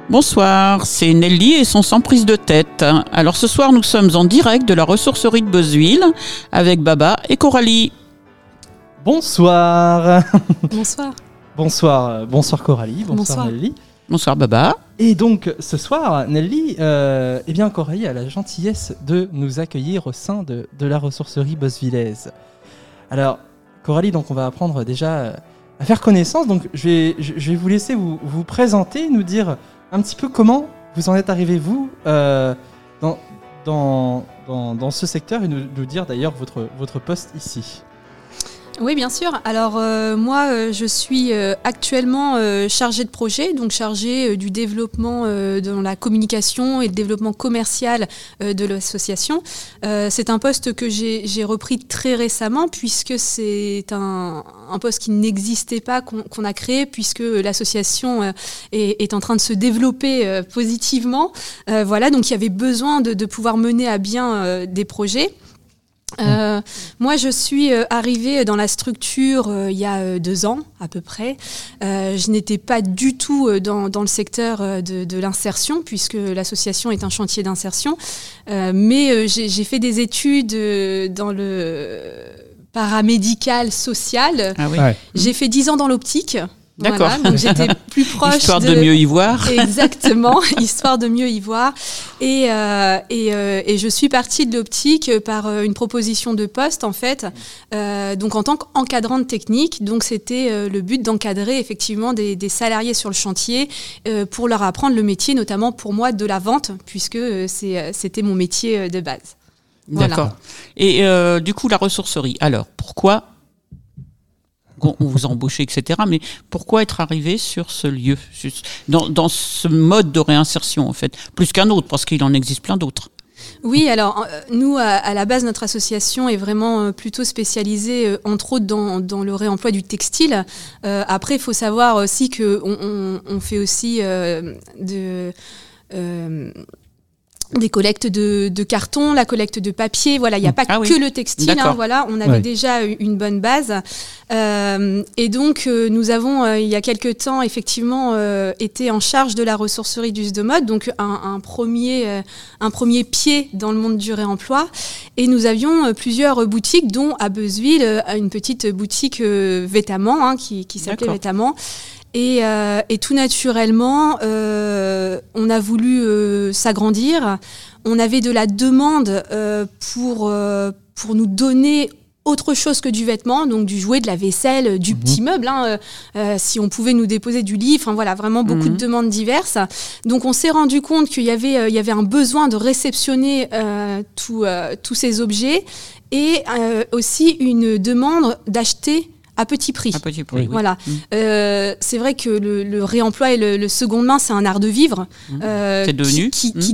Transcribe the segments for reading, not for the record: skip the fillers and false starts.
Bonsoir, c'est Nelly et son sans prise de tête. Alors ce soir, nous sommes en direct de la ressourcerie de Beuzeville avec Baba et Coralie. Bonsoir. Bonsoir. Bonsoir Coralie, bonsoir Nelly. Bonsoir Baba. Et donc ce soir, Nelly, Coralie a la gentillesse de nous accueillir au sein de la ressourcerie beuzevillaise. Alors Coralie, donc on va apprendre déjà à faire connaissance. Donc je vais vous laisser vous présenter, nous dire un petit peu comment vous en êtes arrivé vous dans ce secteur et nous dire d'ailleurs votre poste ici. Oui, bien sûr. Alors moi, je suis actuellement chargée de projet, donc chargée du développement dans la communication et le développement commercial de l'association. C'est un poste que j'ai repris très récemment puisque c'est un poste qui n'existait pas, qu'on a créé puisque l'association est en train de se développer positivement. Voilà, donc il y avait besoin de pouvoir mener à bien des projets. Moi, je suis arrivée dans la structure il y a 2 ans à peu près. Je n'étais pas du tout dans le secteur de l'insertion puisque l'association est un chantier d'insertion. Mais j'ai fait des études dans le paramédical social. Ah oui. Ouais. J'ai fait 10 ans dans l'optique. D'accord. Voilà, donc j'étais plus proche Histoire de mieux y voir. Exactement, histoire de mieux y voir. Et je suis partie de l'optique par une proposition de poste en fait, donc en tant qu'encadrante technique. Donc c'était le but d'encadrer effectivement des salariés sur le chantier pour leur apprendre le métier, notamment pour moi de la vente, puisque c'était mon métier de base. D'accord. Voilà. Et du coup, la ressourcerie. Alors, pourquoi on vous a embauché, etc. Mais pourquoi être arrivé sur ce lieu, dans ce mode de réinsertion, en fait, plus qu'un autre, parce qu'il en existe plein d'autres. Oui, alors nous, à la base, notre association est vraiment plutôt spécialisée, entre autres, dans le réemploi du textile. Après, il faut savoir aussi qu'on fait aussi des collectes de carton, la collecte de papier, voilà, il n'y a pas que le textile, voilà, on avait déjà une bonne base. Et donc, nous avons, il y a quelque temps, effectivement, été en charge de la ressourcerie d'Us de Mode, donc un premier pied dans le monde du réemploi. Et nous avions plusieurs boutiques, dont à Beuzeville, une petite boutique Vêtements, qui s'appelait Vêtements. Et tout naturellement, on a voulu s'agrandir. On avait de la demande pour nous donner autre chose que du vêtement, donc du jouet, de la vaisselle, du petit meuble. Si on pouvait nous déposer du lit, enfin voilà, vraiment beaucoup de demandes diverses. Donc on s'est rendu compte qu'il y avait un besoin de réceptionner tous ces objets et aussi une demande d'acheter à petit prix. À petit prix, oui. Voilà. C'est vrai que le réemploi et le seconde main, c'est un art de vivre c'est devenu.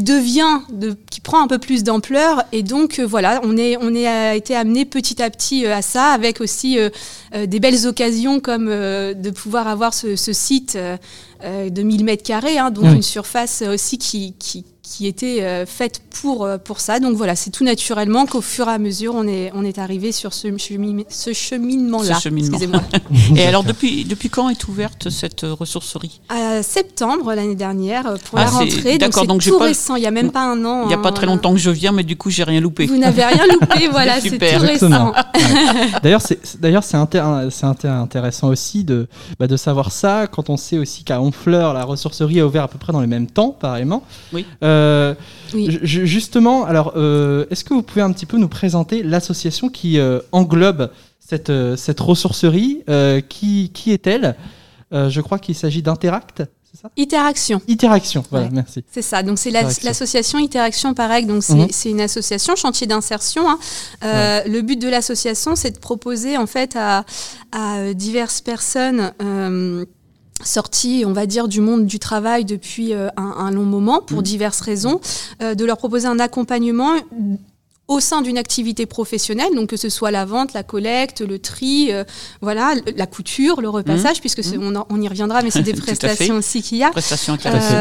qui prend un peu plus d'ampleur. Et donc, voilà, on a été amené petit à petit à ça, avec aussi des belles occasions comme de pouvoir avoir ce site de 1000 m², donc une surface aussi qui était faite pour ça. Donc voilà, c'est tout naturellement qu'au fur et à mesure, on est arrivé sur ce cheminement-là. Excusez-moi. Et alors, depuis quand est ouverte cette ressourcerie ? Septembre l'année dernière, pour la rentrée. D'accord, donc c'est tout récent, il n'y a même pas un an. Il n'y a pas très longtemps que je viens, mais du coup, j'ai rien loupé. Vous n'avez rien loupé, voilà, c'est tout récent. D'ailleurs, c'est intéressant aussi de savoir ça, quand on sait aussi qu'à Honfleur, la ressourcerie a ouvert à peu près dans le même temps, pareillement. Oui. Oui. Justement, alors, est-ce que vous pouvez un petit peu nous présenter l'association qui englobe cette ressourcerie qui est-elle Je crois qu'il s'agit d'Interact, c'est ça ? Iteraction, voilà, merci. C'est ça, donc c'est l'association Iteraction Parec, donc c'est une association chantier d'insertion. Le but de l'association, c'est de proposer en fait à diverses personnes sorties, on va dire, du monde du travail depuis un long moment, pour diverses raisons, de leur proposer un accompagnement au sein d'une activité professionnelle, donc que ce soit la vente, la collecte, le tri, la couture, le repassage, puisque on y reviendra, mais c'est des prestations aussi qu'il y a. Prestations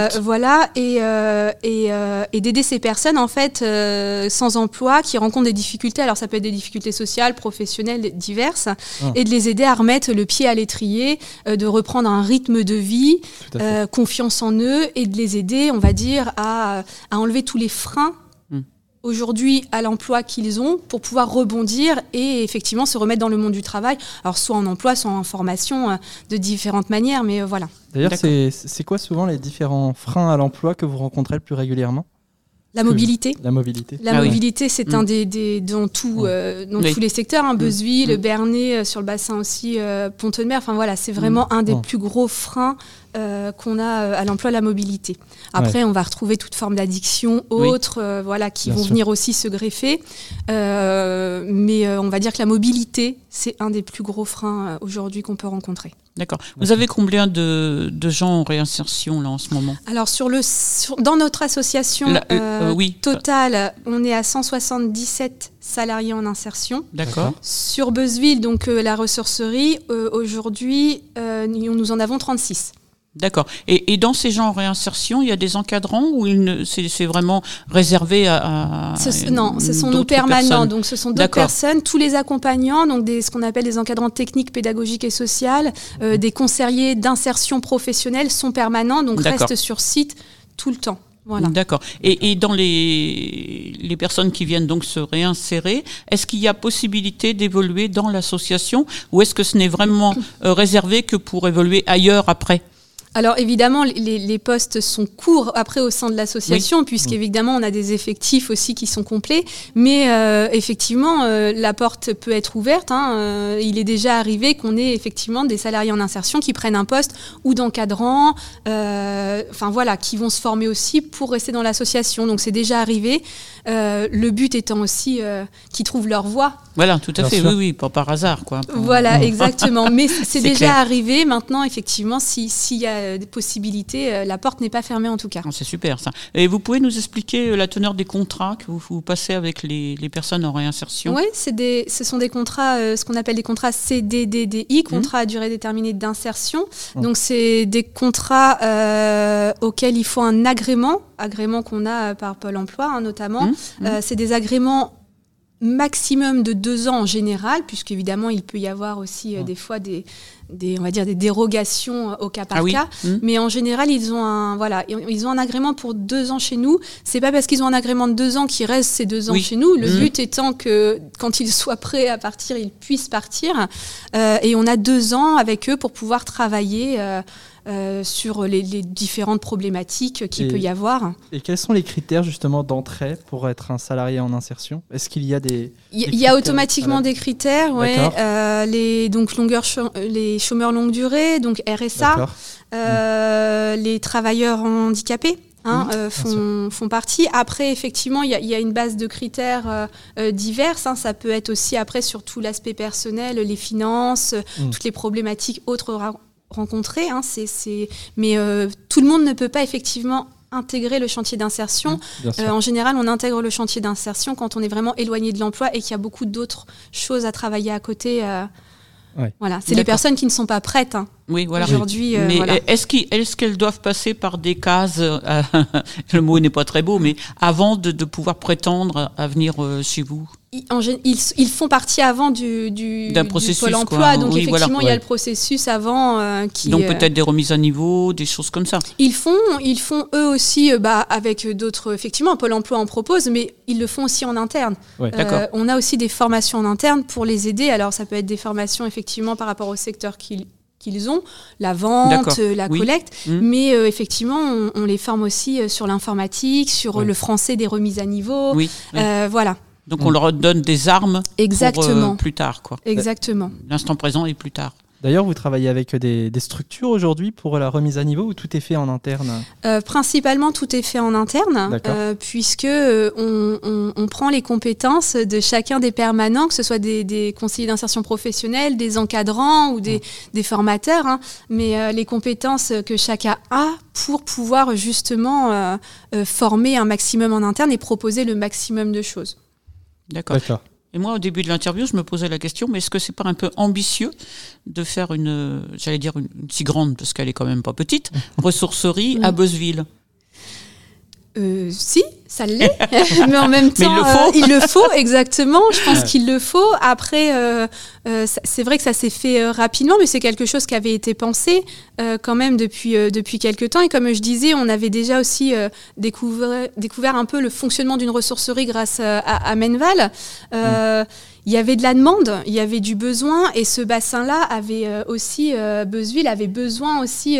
et d'aider ces personnes en fait sans emploi qui rencontrent des difficultés. Alors ça peut être des difficultés sociales, professionnelles diverses, et de les aider à remettre le pied à l'étrier, de reprendre un rythme de vie, confiance en eux, et de les aider, on va dire, à enlever tous les freins aujourd'hui à l'emploi qu'ils ont pour pouvoir rebondir et effectivement se remettre dans le monde du travail, alors soit en emploi, soit en formation, de différentes manières, mais voilà. D'ailleurs, c'est quoi souvent les différents freins à l'emploi que vous rencontrez le plus régulièrement ? La mobilité. La mobilité. La mobilité, c'est un dans tous les secteurs, Beuzeville, Bernay, sur le bassin aussi, Pont-de-Mer. Enfin voilà, c'est vraiment un des plus gros freins qu'on a à l'emploi, la mobilité. Après, on va retrouver toute forme d'addiction, autres, qui vont venir aussi se greffer. Mais on va dire que la mobilité, c'est un des plus gros freins aujourd'hui qu'on peut rencontrer. D'accord. Vous avez combien de gens en réinsertion là en ce moment ? Alors dans notre association totale, on est à 177 salariés en insertion. D'accord. Sur Beuzeville, donc la ressourcerie, aujourd'hui, nous en avons 36. D'accord. Et dans ces gens en réinsertion, il y a des encadrants ou c'est vraiment réservé à non, ce sont nos permanents. Personnes. Donc ce sont d'autres personnes, tous les accompagnants, donc ce qu'on appelle des encadrants techniques, pédagogiques et sociales, des conseillers d'insertion professionnelle sont permanents, donc restent sur site tout le temps. Voilà. D'accord. Et dans les personnes qui viennent donc se réinsérer, est-ce qu'il y a possibilité d'évoluer dans l'association ou est-ce que ce n'est vraiment réservé que pour évoluer ailleurs après ? Alors évidemment, les postes sont courts après au sein de l'association, puisqu'évidemment on a des effectifs aussi qui sont complets, mais effectivement la porte peut être ouverte. Il est déjà arrivé qu'on ait effectivement des salariés en insertion qui prennent un poste ou d'encadrant, qui vont se former aussi pour rester dans l'association. Donc c'est déjà arrivé. Le but étant aussi qu'ils trouvent leur voie. Voilà, tout à fait, oui, pas par hasard, quoi. Voilà, exactement. Mais c'est déjà clair. Arrivé. Maintenant, effectivement, s'il y a des possibilités, la porte n'est pas fermée en tout cas. C'est super ça. Et vous pouvez nous expliquer la teneur des contrats que vous passez avec les personnes en réinsertion ? Oui, ce sont des contrats, ce qu'on appelle des contrats CDDDI, contrats à durée déterminée d'insertion. Donc c'est des contrats auxquels il faut un agrément qu'on a par Pôle emploi notamment. C'est des agréments maximum de 2 ans en général, puisqu'évidemment il peut y avoir aussi des fois des dérogations au cas par cas, mais en général ils ont un agrément pour 2 ans chez nous. C'est pas parce qu'ils ont un agrément de 2 ans qu'ils restent ces 2 ans chez nous. Le but étant que quand ils soient prêts à partir, ils puissent partir, et on a 2 ans avec eux pour pouvoir travailler sur les différentes problématiques qu'il peut y avoir. Et quels sont les critères justement d'entrée pour être un salarié en insertion ? Est-ce qu'il y a des Il y a automatiquement des critères, les chômeurs longue durée, donc RSA, les travailleurs handicapés. Font partie. Après, effectivement, il y a une base de critères divers. Ça peut être aussi après sur tout l'aspect personnel, les finances, toutes les problématiques autres rencontrées. Mais tout le monde ne peut pas effectivement intégrer le chantier d'insertion. En général, on intègre le chantier d'insertion quand on est vraiment éloigné de l'emploi et qu'il y a beaucoup d'autres choses à travailler à côté. Voilà, c'est les personnes qui ne sont pas prêtes. Oui, voilà. Aujourd'hui, mais est-ce qu'elles doivent passer par des cases, le mot n'est pas très beau, mais avant de pouvoir prétendre à venir chez vous ? Ils font partie avant d'un processus, du Pôle emploi, donc effectivement il y a le processus avant qui... Donc peut-être des remises à niveau, des choses comme ça. Ils font eux aussi avec d'autres, effectivement Pôle emploi en propose, mais ils le font aussi en interne. On a aussi des formations en interne pour les aider. Alors ça peut être des formations effectivement par rapport au secteur qu'ils ont, la vente, la collecte, mais effectivement on les forme aussi sur l'informatique, sur le français, des remises à niveau, voilà. Donc on leur donne des armes pour plus tard, quoi. Exactement. L'instant présent et plus tard. D'ailleurs, vous travaillez avec des structures aujourd'hui pour la remise à niveau ou tout est fait en interne ? Principalement, tout est fait en interne, puisque on prend les compétences de chacun des permanents, que ce soit des conseillers d'insertion professionnelle, des encadrants ou des formateurs, mais les compétences que chacun a pour pouvoir justement former un maximum en interne et proposer le maximum de choses. D'accord. Et moi, au début de l'interview, je me posais la question, mais est-ce que c'est pas un peu ambitieux de faire une si grande, parce qu'elle est quand même pas petite, ressourcerie à Beuzeville? Si, ça l'est, mais en même temps, il le faut, exactement. Je pense qu'il le faut. Après, c'est vrai que ça s'est fait rapidement, mais c'est quelque chose qui avait été pensé quand même depuis quelques temps. Et comme je disais, on avait déjà aussi découvert un peu le fonctionnement d'une ressourcerie grâce à Menneval. Il y avait de la demande, il y avait du besoin, et ce bassin-là avait aussi, Beuzeville avait besoin aussi...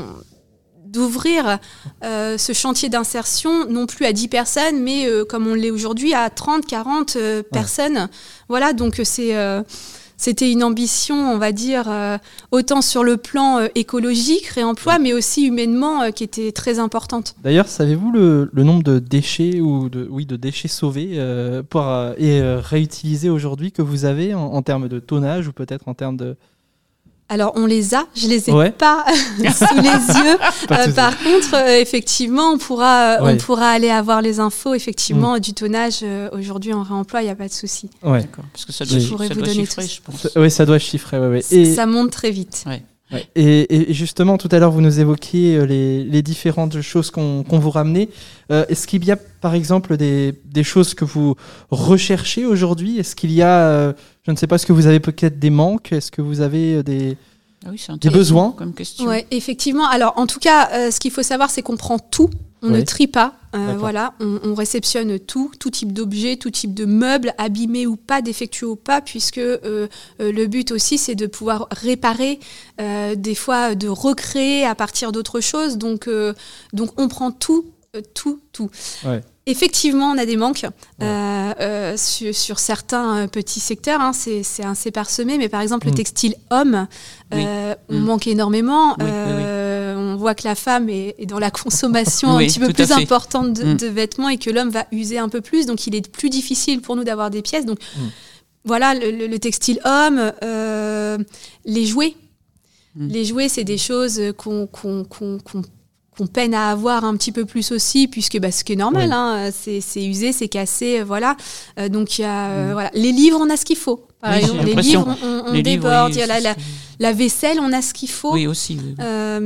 d'ouvrir ce chantier d'insertion non plus à 10 personnes, mais comme on l'est aujourd'hui, à 30, 40 personnes. Voilà, donc c'était une ambition, on va dire, autant sur le plan écologique, réemploi, mais aussi humainement, qui était très importante. D'ailleurs, savez-vous le nombre de déchets de déchets sauvés et réutilisés aujourd'hui que vous avez en termes de tonnage ou peut-être en termes de... Alors, on les a, je les ai pas sous les yeux. Par contre, effectivement, on pourra aller avoir les infos, effectivement, du tonnage. Aujourd'hui, en réemploi, il n'y a pas de souci. Ouais. D'accord. Parce que ça doit chiffrer, je pense. Oui, ça doit chiffrer, ouais. Et ça monte très vite. Ouais. Ouais. Et justement, tout à l'heure, vous nous évoquiez les différentes choses qu'on vous ramenait. Est-ce qu'il y a, par exemple, des choses que vous recherchez aujourd'hui? Est-ce qu'il y a, je ne sais pas, est-ce que vous avez peut-être des manques? Est-ce que vous avez des besoins comme question? Ouais, effectivement. Alors, en tout cas, ce qu'il faut savoir, c'est qu'on prend tout. On ne trie pas, voilà, on réceptionne tout type d'objet, tout type de meubles, abîmés ou pas, défectueux ou pas, puisque le but aussi c'est de pouvoir réparer, des fois de recréer à partir d'autres choses, donc on prend tout. Ouais. Effectivement, on a des manques sur certains petits secteurs, hein, c'est assez parsemé, mais par exemple le textile homme, on manque énormément. On voit que la femme est dans la consommation un petit peu plus importante de vêtements et que l'homme va user un peu plus, donc il est plus difficile pour nous d'avoir des pièces. Donc voilà, le textile homme, les jouets. Les jouets, c'est des choses qu'on peine à avoir un petit peu plus aussi, puisque ce qui est normal, hein, c'est usé, c'est cassé, voilà. Donc il y a voilà. Les livres, on a ce qu'il faut. Par exemple, les livres, on déborde. Il y a la vaisselle, on a ce qu'il faut. Oui, aussi. Oui.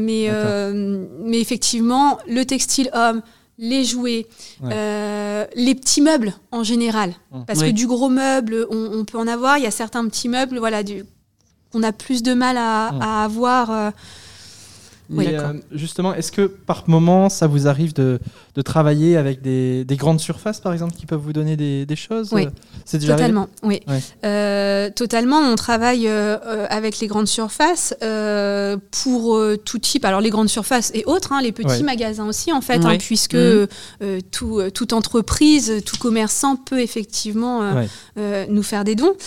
Mais effectivement, le textile homme, les jouets, les petits meubles en général. Parce que du gros meuble, on peut en avoir. Il y a certains petits meubles, voilà, qu'on a plus de mal à avoir. Mais justement, est-ce que par moment, ça vous arrive de travailler avec des grandes surfaces, par exemple, qui peuvent vous donner des choses? Oui, c'est déjà totalement. Oui. Totalement, on travaille avec les grandes surfaces pour tout type. Alors, les grandes surfaces et autres, hein, les petits magasins aussi, en fait, hein, puisque toute entreprise, tout commerçant peut effectivement nous faire des dons.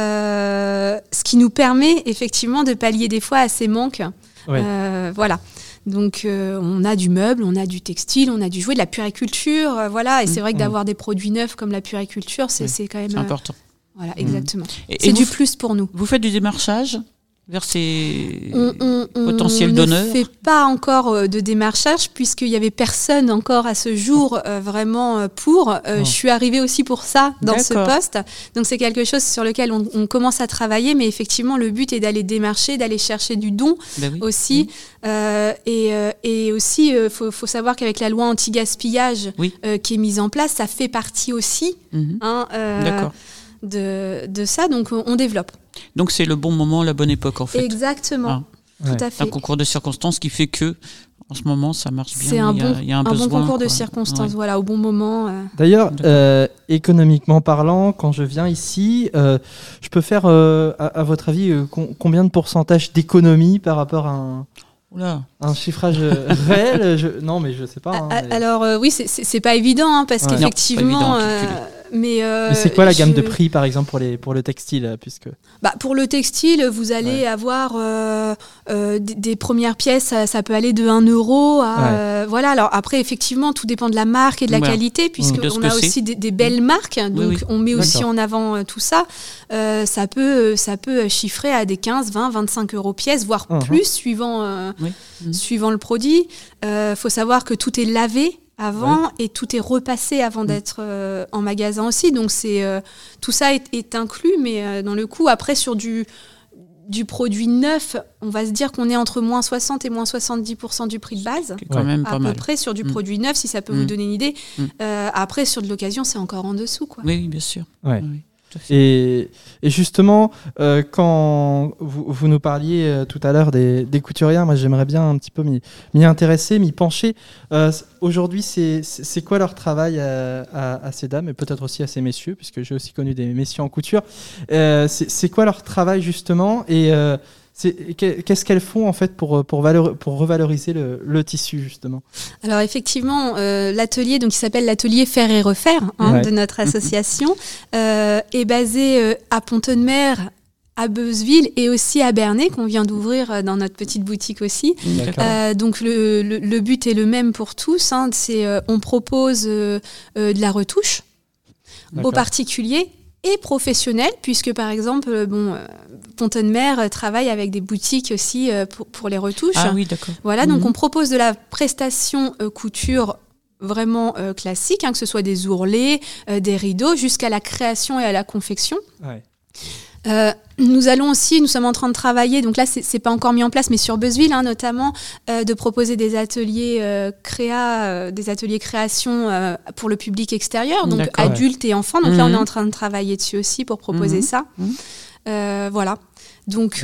Ce qui nous permet effectivement de pallier des fois à ces manques. Voilà. Donc on a du meuble, on a du textile, on a du jouet, de la puériculture, voilà. Et c'est vrai que d'avoir des produits neufs comme la puériculture, c'est quand même important. Voilà, exactement. C'est du plus pour nous. Vous faites du démarchage vers ces potentiels donneurs? On ne fait pas encore de démarchage puisqu'il n'y avait personne encore à ce jour vraiment pour. Je suis arrivée aussi pour ça dans ce poste. Donc c'est quelque chose sur lequel on commence à travailler, mais effectivement le but est d'aller démarcher, d'aller chercher du don aussi. Et aussi, faut savoir qu'avec la loi anti-gaspillage qui est mise en place, ça fait partie aussi de ça, donc on développe. Donc c'est le bon moment, la bonne époque en fait. Exactement, tout à fait. Un concours de circonstances qui fait que en ce moment ça marche bien. C'est un besoin, bon concours de circonstances, voilà, au bon moment. D'ailleurs, économiquement parlant, quand je viens ici, je peux faire, à votre avis, combien de pourcentage d'économie par rapport à un chiffrage réel? Non, mais je sais pas. Hein, Alors oui, c'est pas évident, hein, parce qu'effectivement. Mais c'est quoi la gamme de prix, par exemple, pour le textile, puisque... Pour le textile, vous allez avoir des premières pièces, ça peut aller de 1 euro à... voilà, alors après, effectivement, tout dépend de la marque et de la qualité, puisqu'on a aussi des belles marques, donc on met aussi en avant tout ça. Ça peut chiffrer à des 15, 20, 25 euros pièce, voire plus, suivant le produit. Faut savoir que tout est lavé avant et tout est repassé avant d'être en magasin aussi. Donc tout ça est inclus, mais dans le coup, après sur du produit neuf, on va se dire qu'on est entre moins 60 et moins 70% du prix de base. C'est quand même pas mal. À peu près sur du produit neuf, si ça peut vous donner une idée. Après, sur de l'occasion, c'est encore en dessous, quoi. Oui, bien sûr. Ouais. Oui. Et justement, quand vous nous parliez tout à l'heure des couturières, moi j'aimerais bien un petit peu m'y intéresser, m'y pencher. Aujourd'hui, c'est quoi leur travail à ces dames et peut-être aussi à ces messieurs, puisque j'ai aussi connu des messieurs en couture. C'est quoi leur travail justement et qu'est-ce qu'elles font en fait pour revaloriser le tissu justement? Alors effectivement, l'atelier qui s'appelle l'atelier Faire et Refaire de notre association est basé à Pont-de-Mer, à Beuzeville et aussi à Bernay qu'on vient d'ouvrir dans notre petite boutique aussi. Donc le but est le même pour tous. On propose de la retouche aux particuliers et professionnels, puisque par exemple, Pont-de-Mer travaille avec des boutiques aussi pour les retouches. Ah oui, d'accord. Voilà, donc on propose de la prestation couture vraiment classique, que ce soit des ourlets, des rideaux, jusqu'à la création et à la confection. Ouais. Nous sommes en train de travailler, donc là c'est pas encore mis en place, mais sur Beuzeville notamment, de proposer des ateliers des ateliers création pour le public extérieur, donc adultes et enfants. Donc là on est en train de travailler dessus aussi pour proposer ça. Voilà. Donc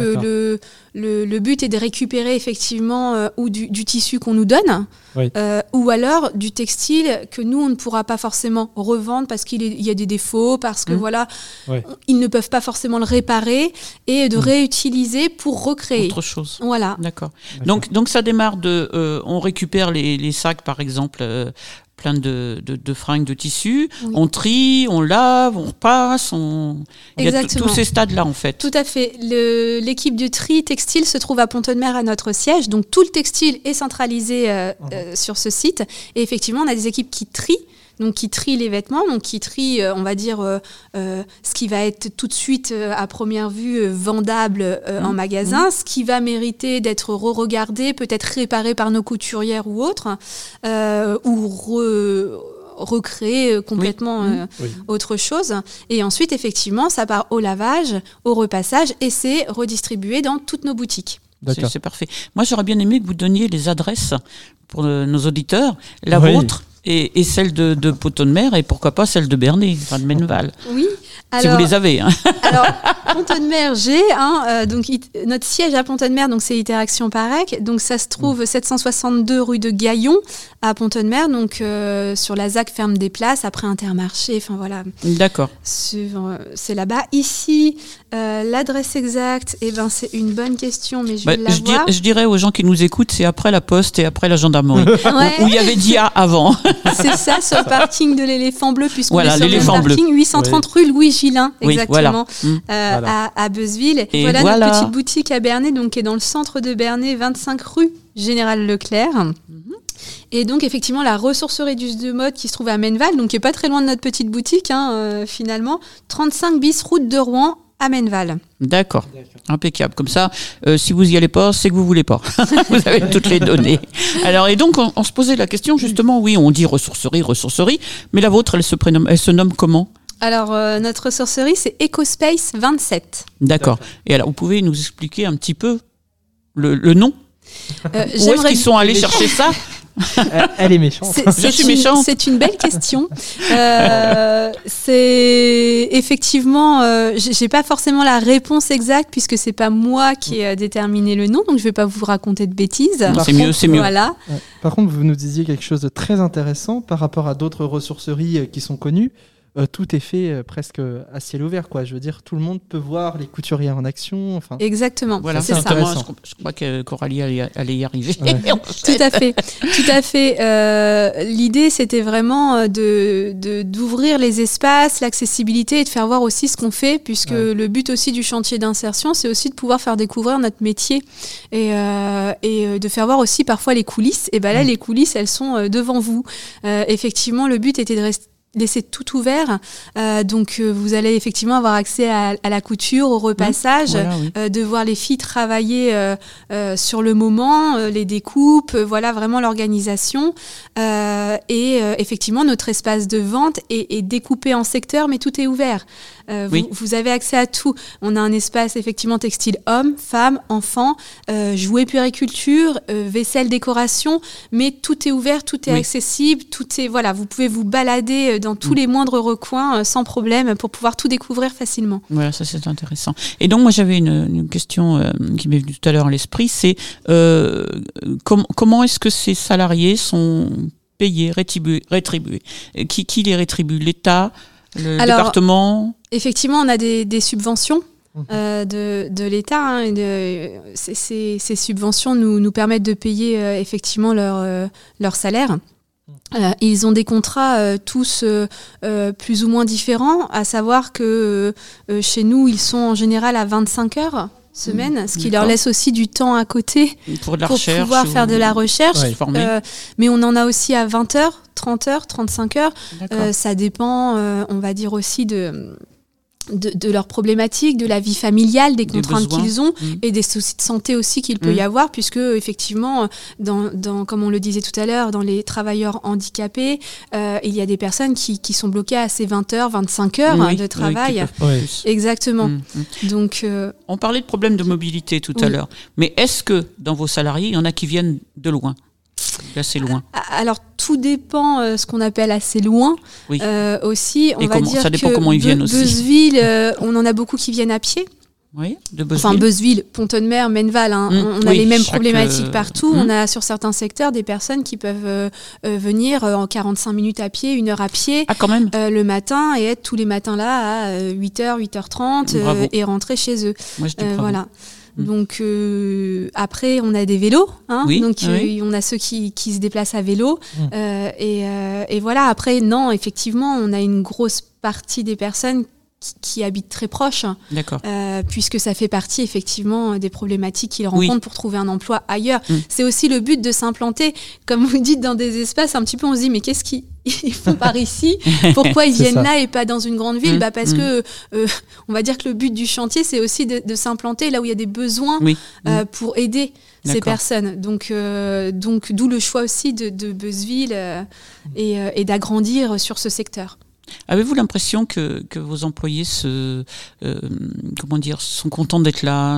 le but est de récupérer effectivement ou du tissu qu'on nous donne, ou alors du textile que nous on ne pourra pas forcément revendre parce qu'il y a des défauts, parce que ils ne peuvent pas forcément le réparer, et de réutiliser pour recréer autre chose. Voilà. D'accord. Donc ça démarre on récupère les sacs par exemple. Plein de fringues de tissu, on trie, on lave, on repasse, il y a tous ces stades-là en fait. Tout à fait. L'équipe du tri textile se trouve à Pont-de-Mer à notre siège, donc tout le textile est centralisé sur ce site, et effectivement on a des équipes qui trient les vêtements, donc qui trient, on va dire, ce qui va être tout de suite, à première vue, vendable en magasin, ce qui va mériter d'être re-regardé, peut-être réparé par nos couturières ou autres, ou recréer complètement autre chose. Et ensuite, effectivement, ça part au lavage, au repassage, et c'est redistribué dans toutes nos boutiques. C'est parfait. Moi, j'aurais bien aimé que vous donniez les adresses pour nos auditeurs, la vôtre, et celle de Pont-de-Mer, et pourquoi pas celle de Bernay, de Menneval. Oui. Alors, si vous les avez. Alors, Pont-de-Mer, donc notre siège à Pont-de-Mer, donc c'est Interaction Parec. Donc ça se trouve 762 rue de Gaillon à Pont-de-Mer, donc sur la ZAC Ferme des Places, après Intermarché. Enfin voilà. D'accord. C'est là-bas. Ici, l'adresse exacte, c'est une bonne question, mais je vais l'avoir. Je dirais aux gens qui nous écoutent, c'est après la poste et après la gendarmerie, où il y avait DIA avant. C'est ça, sur le parking de l'Éléphant Bleu, puisqu'on est sur l'Éléphant le parking 830 rue Louis Gillin, exactement, à Beuzeville. Et voilà notre petite boutique à Bernay, donc qui est dans le centre de Bernay, 25 rue Général Leclerc. Et donc effectivement la ressourcerie d'Us de Mode qui se trouve à Menneval, donc qui est pas très loin de notre petite boutique finalement, 35 bis route de Rouen à Menneval. D'accord. Impeccable. Comme ça, si vous y allez pas, c'est que vous voulez pas. Vous avez toutes les données. Alors, et donc, on se posait la question, justement, oui, on dit ressourcerie, mais la vôtre, elle se nomme comment ? Alors, notre ressourcerie, c'est EcoSpace 27. D'accord. Et alors, vous pouvez nous expliquer un petit peu le nom ? Où est-ce qu'ils sont allés chercher ça ? Elle est méchante. Je suis méchante. C'est une belle question. C'est effectivement, j'ai pas forcément la réponse exacte puisque c'est pas moi qui ai déterminé le nom, donc je vais pas vous raconter de bêtises. C'est mieux. Voilà. Par contre, vous nous disiez quelque chose de très intéressant par rapport à d'autres ressourceries qui sont connues. Tout est fait presque à ciel ouvert, quoi. Je veux dire, tout le monde peut voir les couturiers en action. Enfin, exactement. Voilà, c'est ça. Je crois que Coralie allait y arriver. Ouais. Tout à fait. L'idée, c'était vraiment d'ouvrir les espaces, l'accessibilité et de faire voir aussi ce qu'on fait, puisque le but aussi du chantier d'insertion, c'est aussi de pouvoir faire découvrir notre métier et de faire voir aussi parfois les coulisses. Et là, les coulisses, elles sont devant vous. Effectivement, le but était laisser tout ouvert. Donc, vous allez effectivement avoir accès à la couture, au repassage, de voir les filles travailler sur le moment, les découpes, voilà vraiment l'organisation. Et effectivement, notre espace de vente est découpé en secteurs, mais tout est ouvert. Vous avez accès à tout. On a un espace effectivement textile hommes, femmes, enfants, jouets puériculture, vaisselle, décoration, mais tout est ouvert, tout est accessible, tout est voilà. Vous pouvez vous balader dans tous les moindres recoins sans problème pour pouvoir tout découvrir facilement. Voilà, ça c'est intéressant. Et donc moi j'avais une question qui m'est venue tout à l'heure à l'esprit, c'est comment est-ce que ces salariés sont payés, rétribués? Qui les rétribue? L'État, le département? Effectivement, on a des subventions de l'État. Hein, ces subventions nous permettent de payer effectivement leur salaire. Ils ont des contrats tous plus ou moins différents, à savoir que chez nous, ils sont en général à 25 heures semaine, ce qui leur laisse aussi du temps à côté pour pouvoir faire de la recherche. Mais on en a aussi à 20 heures, 30 heures, 35 heures. Ça dépend, on va dire aussi de leurs problématiques, de la vie familiale, des contraintes qu'ils ont et des soucis de santé aussi qu'il peut y avoir, puisque effectivement, comme on le disait tout à l'heure, dans les travailleurs handicapés, il y a des personnes qui sont bloquées à ces 20 heures, 25 heures de travail. Exactement. Donc, on parlait de problèmes de mobilité tout à l'heure, mais est-ce que dans vos salariés, il y en a qui viennent de loin? Assez loin. Alors tout dépend ce qu'on appelle assez loin aussi. On va dire ça dépend comment ils viennent aussi. Beuzeville, on en a beaucoup qui viennent à pied. Oui, de Beuzeville. Enfin Beuzeville, Pont-Audemer, Menneval, on a les mêmes problématiques partout. On a sur certains secteurs des personnes qui peuvent venir en 45 minutes à pied, 1 heure à pied quand même. Le matin et être tous les matins là à 8h, 8h30 et rentrer chez eux. Moi, je dis voilà. Donc après on a des vélos, donc on a ceux qui se déplacent à vélo et voilà. Après non, effectivement on a une grosse partie des personnes qui habitent très proches, puisque ça fait partie effectivement des problématiques qu'ils rencontrent pour trouver un emploi ailleurs. C'est aussi le but de s'implanter, comme vous dites, dans des espaces un petit peu, on se dit mais qu'est-ce qu'ils font par ici? Pourquoi ils viennent là et pas dans une grande ville? Parce que on va dire que le but du chantier, c'est aussi de s'implanter là où il y a des besoins pour aider ces personnes. Donc d'où le choix aussi de Beuzeville et d'agrandir sur ce secteur. Avez-vous l'impression que vos employés sont contents d'être là,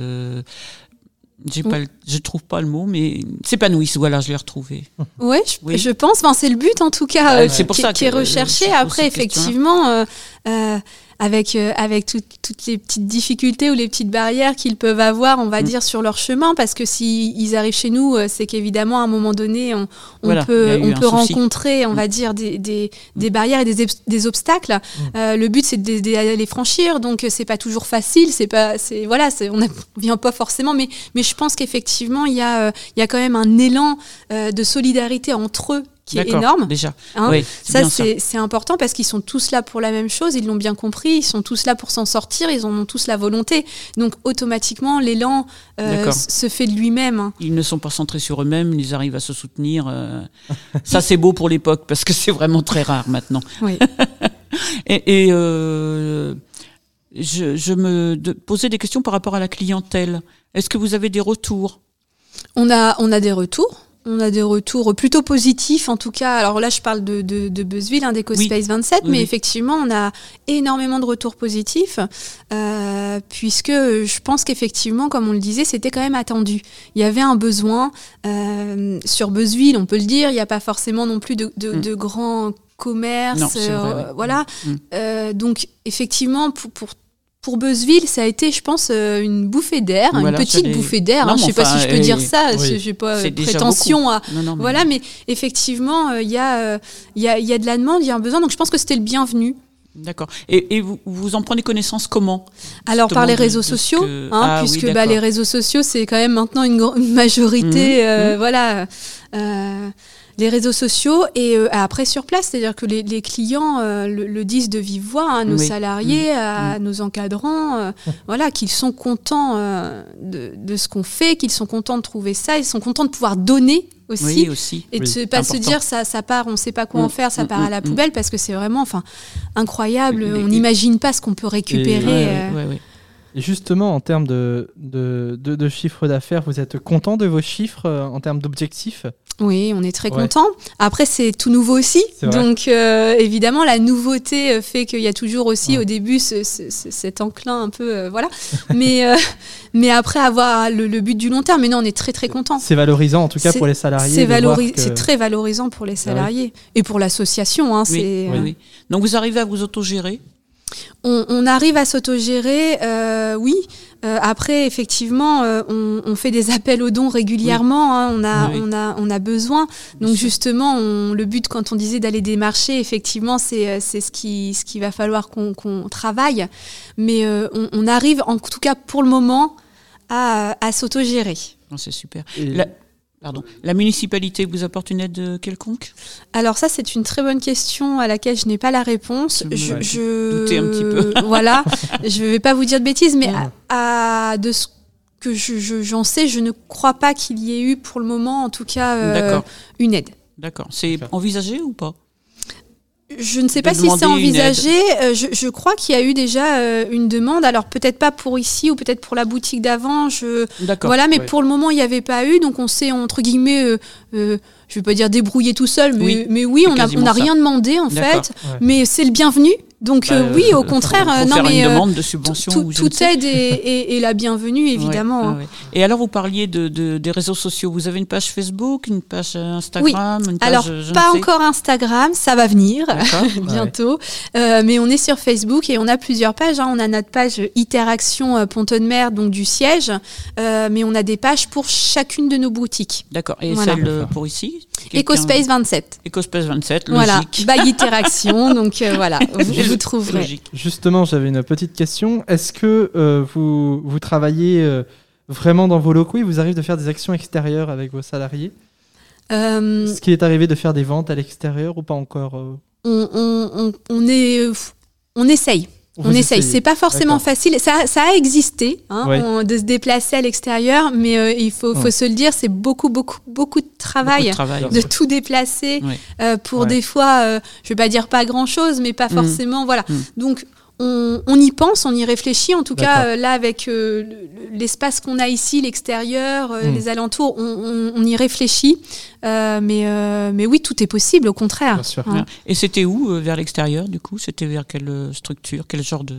je trouve pas le mot, mais s'épanouissent, voilà, je l'ai retrouvé. Oui, je pense, c'est le but en tout cas c'est pour ça qui est recherché. Après, effectivement, avec toutes les petites difficultés ou les petites barrières qu'ils peuvent avoir, on va dire, sur leur chemin, parce que s'ils arrivent chez nous, c'est qu'évidemment, à un moment donné, on peut rencontrer, on va dire, des barrières et des obstacles. Le but, c'est de les franchir, donc c'est pas toujours facile, on vient pas forcément, mais je pense qu'effectivement, il y a quand même un élan de solidarité entre eux qui est énorme. Déjà. C'est important parce qu'ils sont tous là pour la même chose, ils l'ont bien compris, ils sont tous là pour s'en sortir, ils en ont tous la volonté. Donc automatiquement, l'élan se fait de lui-même. Ils ne sont pas centrés sur eux-mêmes, ils arrivent à se soutenir. Ça, c'est beau pour l'époque parce que c'est vraiment très rare maintenant. Oui. et je me posais des questions par rapport à la clientèle. Est-ce que vous avez des retours? On a des retours. On a des retours plutôt positifs, en tout cas. Alors là, je parle de Beuzeville, d'EcoSpace 27, mais effectivement, on a énormément de retours positifs, puisque je pense qu'effectivement, comme on le disait, c'était quand même attendu. Il y avait un besoin sur Beuzeville, on peut le dire. Il n'y a pas forcément non plus de grands commerces. Non, c'est vrai, voilà. Donc, effectivement, pour Beuzeville, ça a été, je pense, une bouffée d'air, une petite bouffée d'air. Je ne sais pas si je peux dire ça, je n'ai pas prétention à... Voilà, mais effectivement, il y a de la demande, il y a un besoin, donc je pense que c'était le bienvenu. D'accord. Et vous en prenez connaissance comment? Alors par les réseaux sociaux, puisque les réseaux sociaux, c'est quand même maintenant une majorité, voilà... les réseaux sociaux et après sur place, c'est-à-dire que les clients le disent de vive voix, hein, nos salariés, à nos encadrants, voilà, qu'ils sont contents de ce qu'on fait, qu'ils sont contents de trouver ça, ils sont contents de pouvoir donner aussi. Et de pas se dire ça part, on ne sait pas quoi en faire, ça part à la poubelle, parce que c'est vraiment incroyable, on n'imagine pas ce qu'on peut récupérer. Et justement, en termes de chiffre d'affaires, vous êtes content de vos chiffres en termes d'objectifs ? Oui, on est très content. Après, c'est tout nouveau aussi. Donc, évidemment, la nouveauté fait qu'il y a toujours aussi au début cet enclin un peu... voilà. Mais après, avoir le but du long terme, mais non, on est très, très content. C'est valorisant, en tout cas, pour les salariés. C'est très valorisant pour les salariés. Et pour l'association. Hein, oui. Donc, vous arrivez à vous autogérer ? On arrive à s'autogérer, oui. Après, effectivement, on fait des appels aux dons régulièrement. Hein, on a besoin. Donc, justement, le but, quand on disait d'aller démarcher, effectivement, c'est ce qui va falloir qu'on travaille. Mais on arrive, en tout cas pour le moment, à s'autogérer. C'est super. La municipalité vous apporte une aide quelconque ? Alors ça, c'est une très bonne question à laquelle je n'ai pas la réponse. Je doutais un petit peu. Voilà, je ne vais pas vous dire de bêtises, mais de ce que j'en sais, je ne crois pas qu'il y ait eu pour le moment, en tout cas, une aide. D'accord. C'est envisagé ou pas ? Je ne sais pas si c'est envisagé. Je crois qu'il y a eu déjà une demande. Alors peut-être pas pour ici ou peut-être pour la boutique d'avant. Voilà, mais pour le moment il n'y avait pas eu. Donc on s'est entre guillemets, je vais pas dire débrouillé tout seul, mais oui, on n'a rien demandé en fait. Mais c'est le bienvenu. Donc oui, au contraire, une demande de subvention. Toute aide est la bienvenue, évidemment. Et alors, vous parliez des réseaux sociaux. Vous avez une page Facebook, une page Instagram, une page, alors pas encore Instagram, ça va venir bientôt. Mais on est sur Facebook et on a plusieurs pages. Hein. On a notre page Interaction Pont-de-Mer, donc du siège, mais on a des pages pour chacune de nos boutiques. D'accord. Et celle pour ici ? Ecospace 27. Ecospace 27, logique. Voilà, by Interaction, donc voilà. Vous trouverez. Logique. Justement, j'avais une petite question. Est-ce que vous travaillez vraiment dans vos locaux ? Il vous arrive de faire des actions extérieures avec vos salariés ? Est-ce qu'il est arrivé de faire des ventes à l'extérieur ou pas encore ? On essaye. On essaye. C'est pas forcément facile. Ça a existé, de se déplacer à l'extérieur, mais il faut se le dire, c'est beaucoup de travail, de tout déplacer pour des fois, je vais pas dire pas grand-chose, mais pas forcément. Voilà. Donc on y pense, on y réfléchit. En tout cas, là, avec l'espace qu'on a ici, l'extérieur, les alentours, on y réfléchit. Mais oui, tout est possible, au contraire. Bien sûr. Et c'était où, vers l'extérieur, du coup ? C'était vers quelle structure ? Quel genre de...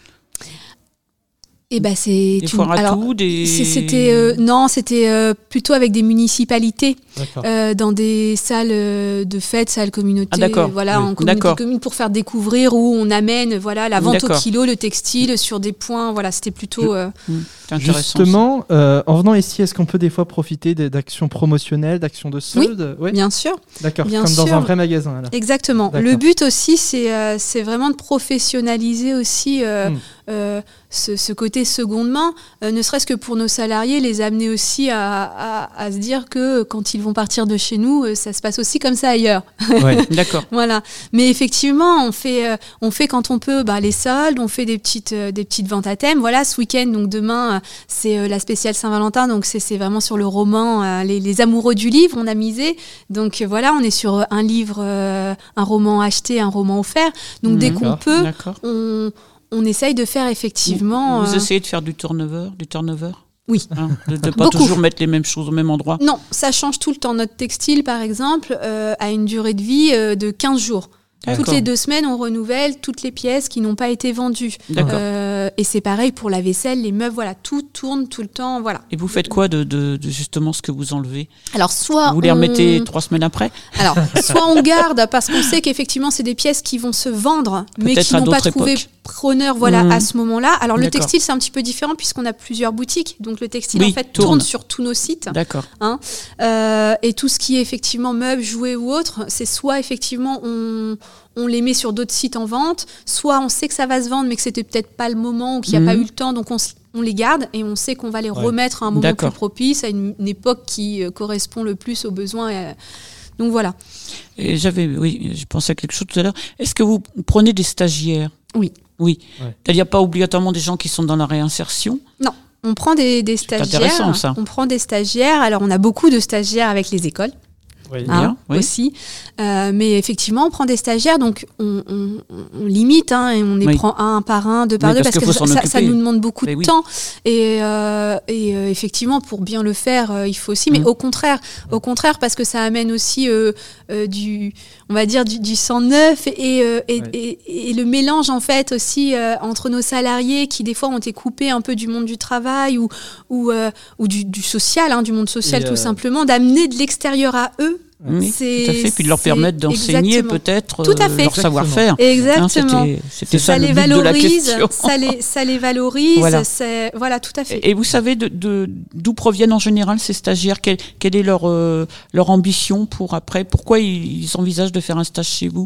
c'est des foires à tout, c'était plutôt avec des municipalités, dans des salles de fêtes, salles communautaires, en communauté commune, pour faire découvrir, où on amène la vente au kilo, le textile sur des points. Voilà, c'était plutôt justement en venant ici, est-ce qu'on peut des fois profiter d'actions promotionnelles, d'actions de soldes ? Oui, bien sûr. D'accord, comme dans un vrai magasin. Alors. Exactement. Le but aussi, c'est vraiment de professionnaliser aussi ce côté seconde main, ne serait-ce que pour nos salariés, les amener aussi à se dire que quand ils vont partir de chez nous, ça se passe aussi comme ça ailleurs. D'accord. Voilà. Mais effectivement, on fait quand on peut les soldes, on fait des petites ventes à thème. Voilà, ce week-end, donc demain, c'est la spéciale Saint-Valentin, donc c'est vraiment sur le roman, les amoureux du livre, on a misé. Donc voilà, on est sur un livre, un roman acheté, un roman offert. Donc dès qu'on peut, on essaye de faire effectivement... Vous essayez de faire du turnover Oui. De ne pas toujours mettre les mêmes choses au même endroit. Non, ça change tout le temps. Notre textile, par exemple, a une durée de vie de 15 jours. Toutes les 2 semaines, on renouvelle toutes les pièces qui n'ont pas été vendues. Et c'est pareil pour la vaisselle, les meubles, tout tourne tout le temps. Voilà. Et vous faites quoi de justement ce que vous enlevez ? Alors, soit vous les remettez 3 semaines après ? Alors, soit on garde parce qu'on sait qu'effectivement, c'est des pièces qui vont se vendre, mais qui n'ont pas trouvé preneur à ce moment-là. Alors, le textile, c'est un petit peu différent puisqu'on a plusieurs boutiques. Donc, le textile, en fait, tourne sur tous nos sites. D'accord. Et tout ce qui est effectivement meubles, jouets ou autres, c'est soit effectivement on les met sur d'autres sites en vente, soit on sait que ça va se vendre mais que c'était peut-être pas le moment ou qu'il n'y a pas eu le temps, donc on les garde et on sait qu'on va les remettre à un moment plus propice, à une époque qui correspond le plus aux besoins Donc voilà. Et je pensais à quelque chose tout à l'heure. Est-ce que vous prenez des stagiaires ? Oui. Oui. Ouais. Il n'y a pas obligatoirement des gens qui sont dans la réinsertion ? Non. On prend des stagiaires. C'est intéressant, ça. On prend des stagiaires. Alors, on a beaucoup de stagiaires avec les écoles. Oui. Aussi. Mais effectivement, on prend des stagiaires, donc on limite, et on les prend un par un, deux par deux, parce que ça nous demande beaucoup de temps. Et effectivement, pour bien le faire, il faut aussi. Mais au contraire, parce que ça amène aussi du sang neuf et le mélange, en fait, aussi entre nos salariés qui, des fois, ont été coupés un peu du monde du travail ou du social, du monde social, tout simplement, d'amener de l'extérieur à eux. Oui, tout à fait. Puis de leur permettre d'enseigner peut-être leur savoir-faire. Exactement. C'était ça le but de la question. Ça les valorise. Voilà, tout à fait. Et vous savez d'où proviennent en général ces stagiaires ? Quelle est leur ambition pour après ? Pourquoi ils envisagent de faire un stage chez vous ?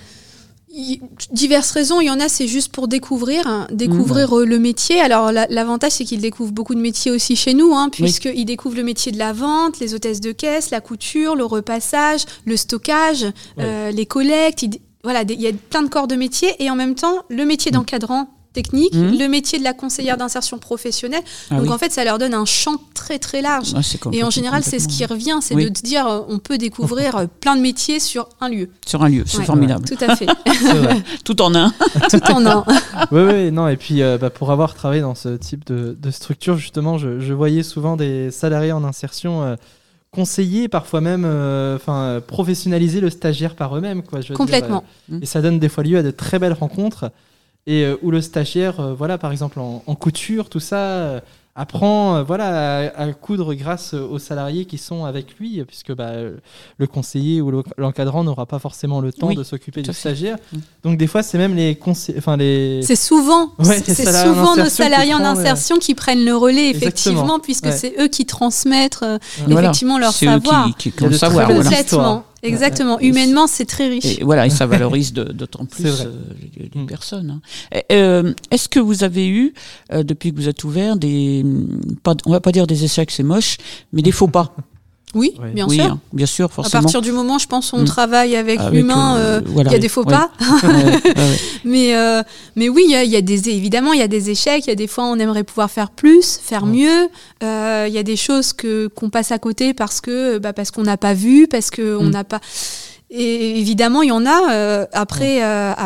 Diverses raisons. Il y en a, c'est juste pour découvrir le métier. Alors, l'avantage, c'est qu'ils découvrent beaucoup de métiers aussi chez nous, puisqu'ils découvrent le métier de la vente, les hôtesses de caisse, la couture, le repassage, le stockage, les collectes. Il y a plein de corps de métier. Et en même temps, le métier d'encadrant technique, le métier de la conseillère d'insertion professionnelle. Donc en fait, ça leur donne un champ très très large. Et en général, c'est ce qui revient, c'est de te dire, on peut découvrir plein de métiers sur un lieu. Sur un lieu, c'est formidable. Tout à fait. Tout en un. Tout en un. Oui, non. Et puis, pour avoir travaillé dans ce type de structure, justement, je voyais souvent des salariés en insertion conseiller, parfois même professionnaliser le stagiaire par eux-mêmes. Complètement. Et ça donne des fois lieu à de très belles rencontres. Et où le stagiaire, par exemple en couture, tout ça, apprend à coudre grâce aux salariés qui sont avec lui, puisque le conseiller ou l'encadrant n'aura pas forcément le temps de s'occuper du stagiaire. Donc des fois, c'est même C'est souvent nos salariés en insertion qui prennent le relais, effectivement, puisque c'est eux qui transmettent effectivement leur savoir. C'est eux qui ont le savoir. Complètement. Exactement. Humainement, c'est très riche. Et ça valorise d'autant plus les personnes. Est-ce que vous avez eu, depuis que vous êtes ouvert, on va pas dire des échecs, c'est moche, mais des faux pas? Oui, bien sûr. Bien sûr, forcément. À partir du moment, je pense, on travaille avec l'humain, il y a des faux pas. Mais oui, évidemment, il y a des échecs. Il y a des fois, on aimerait pouvoir faire plus, faire mieux. Il y a des choses qu'on passe à côté parce qu'on n'a pas vu, parce qu'on n'a pas... Et évidemment, il y en a. Après,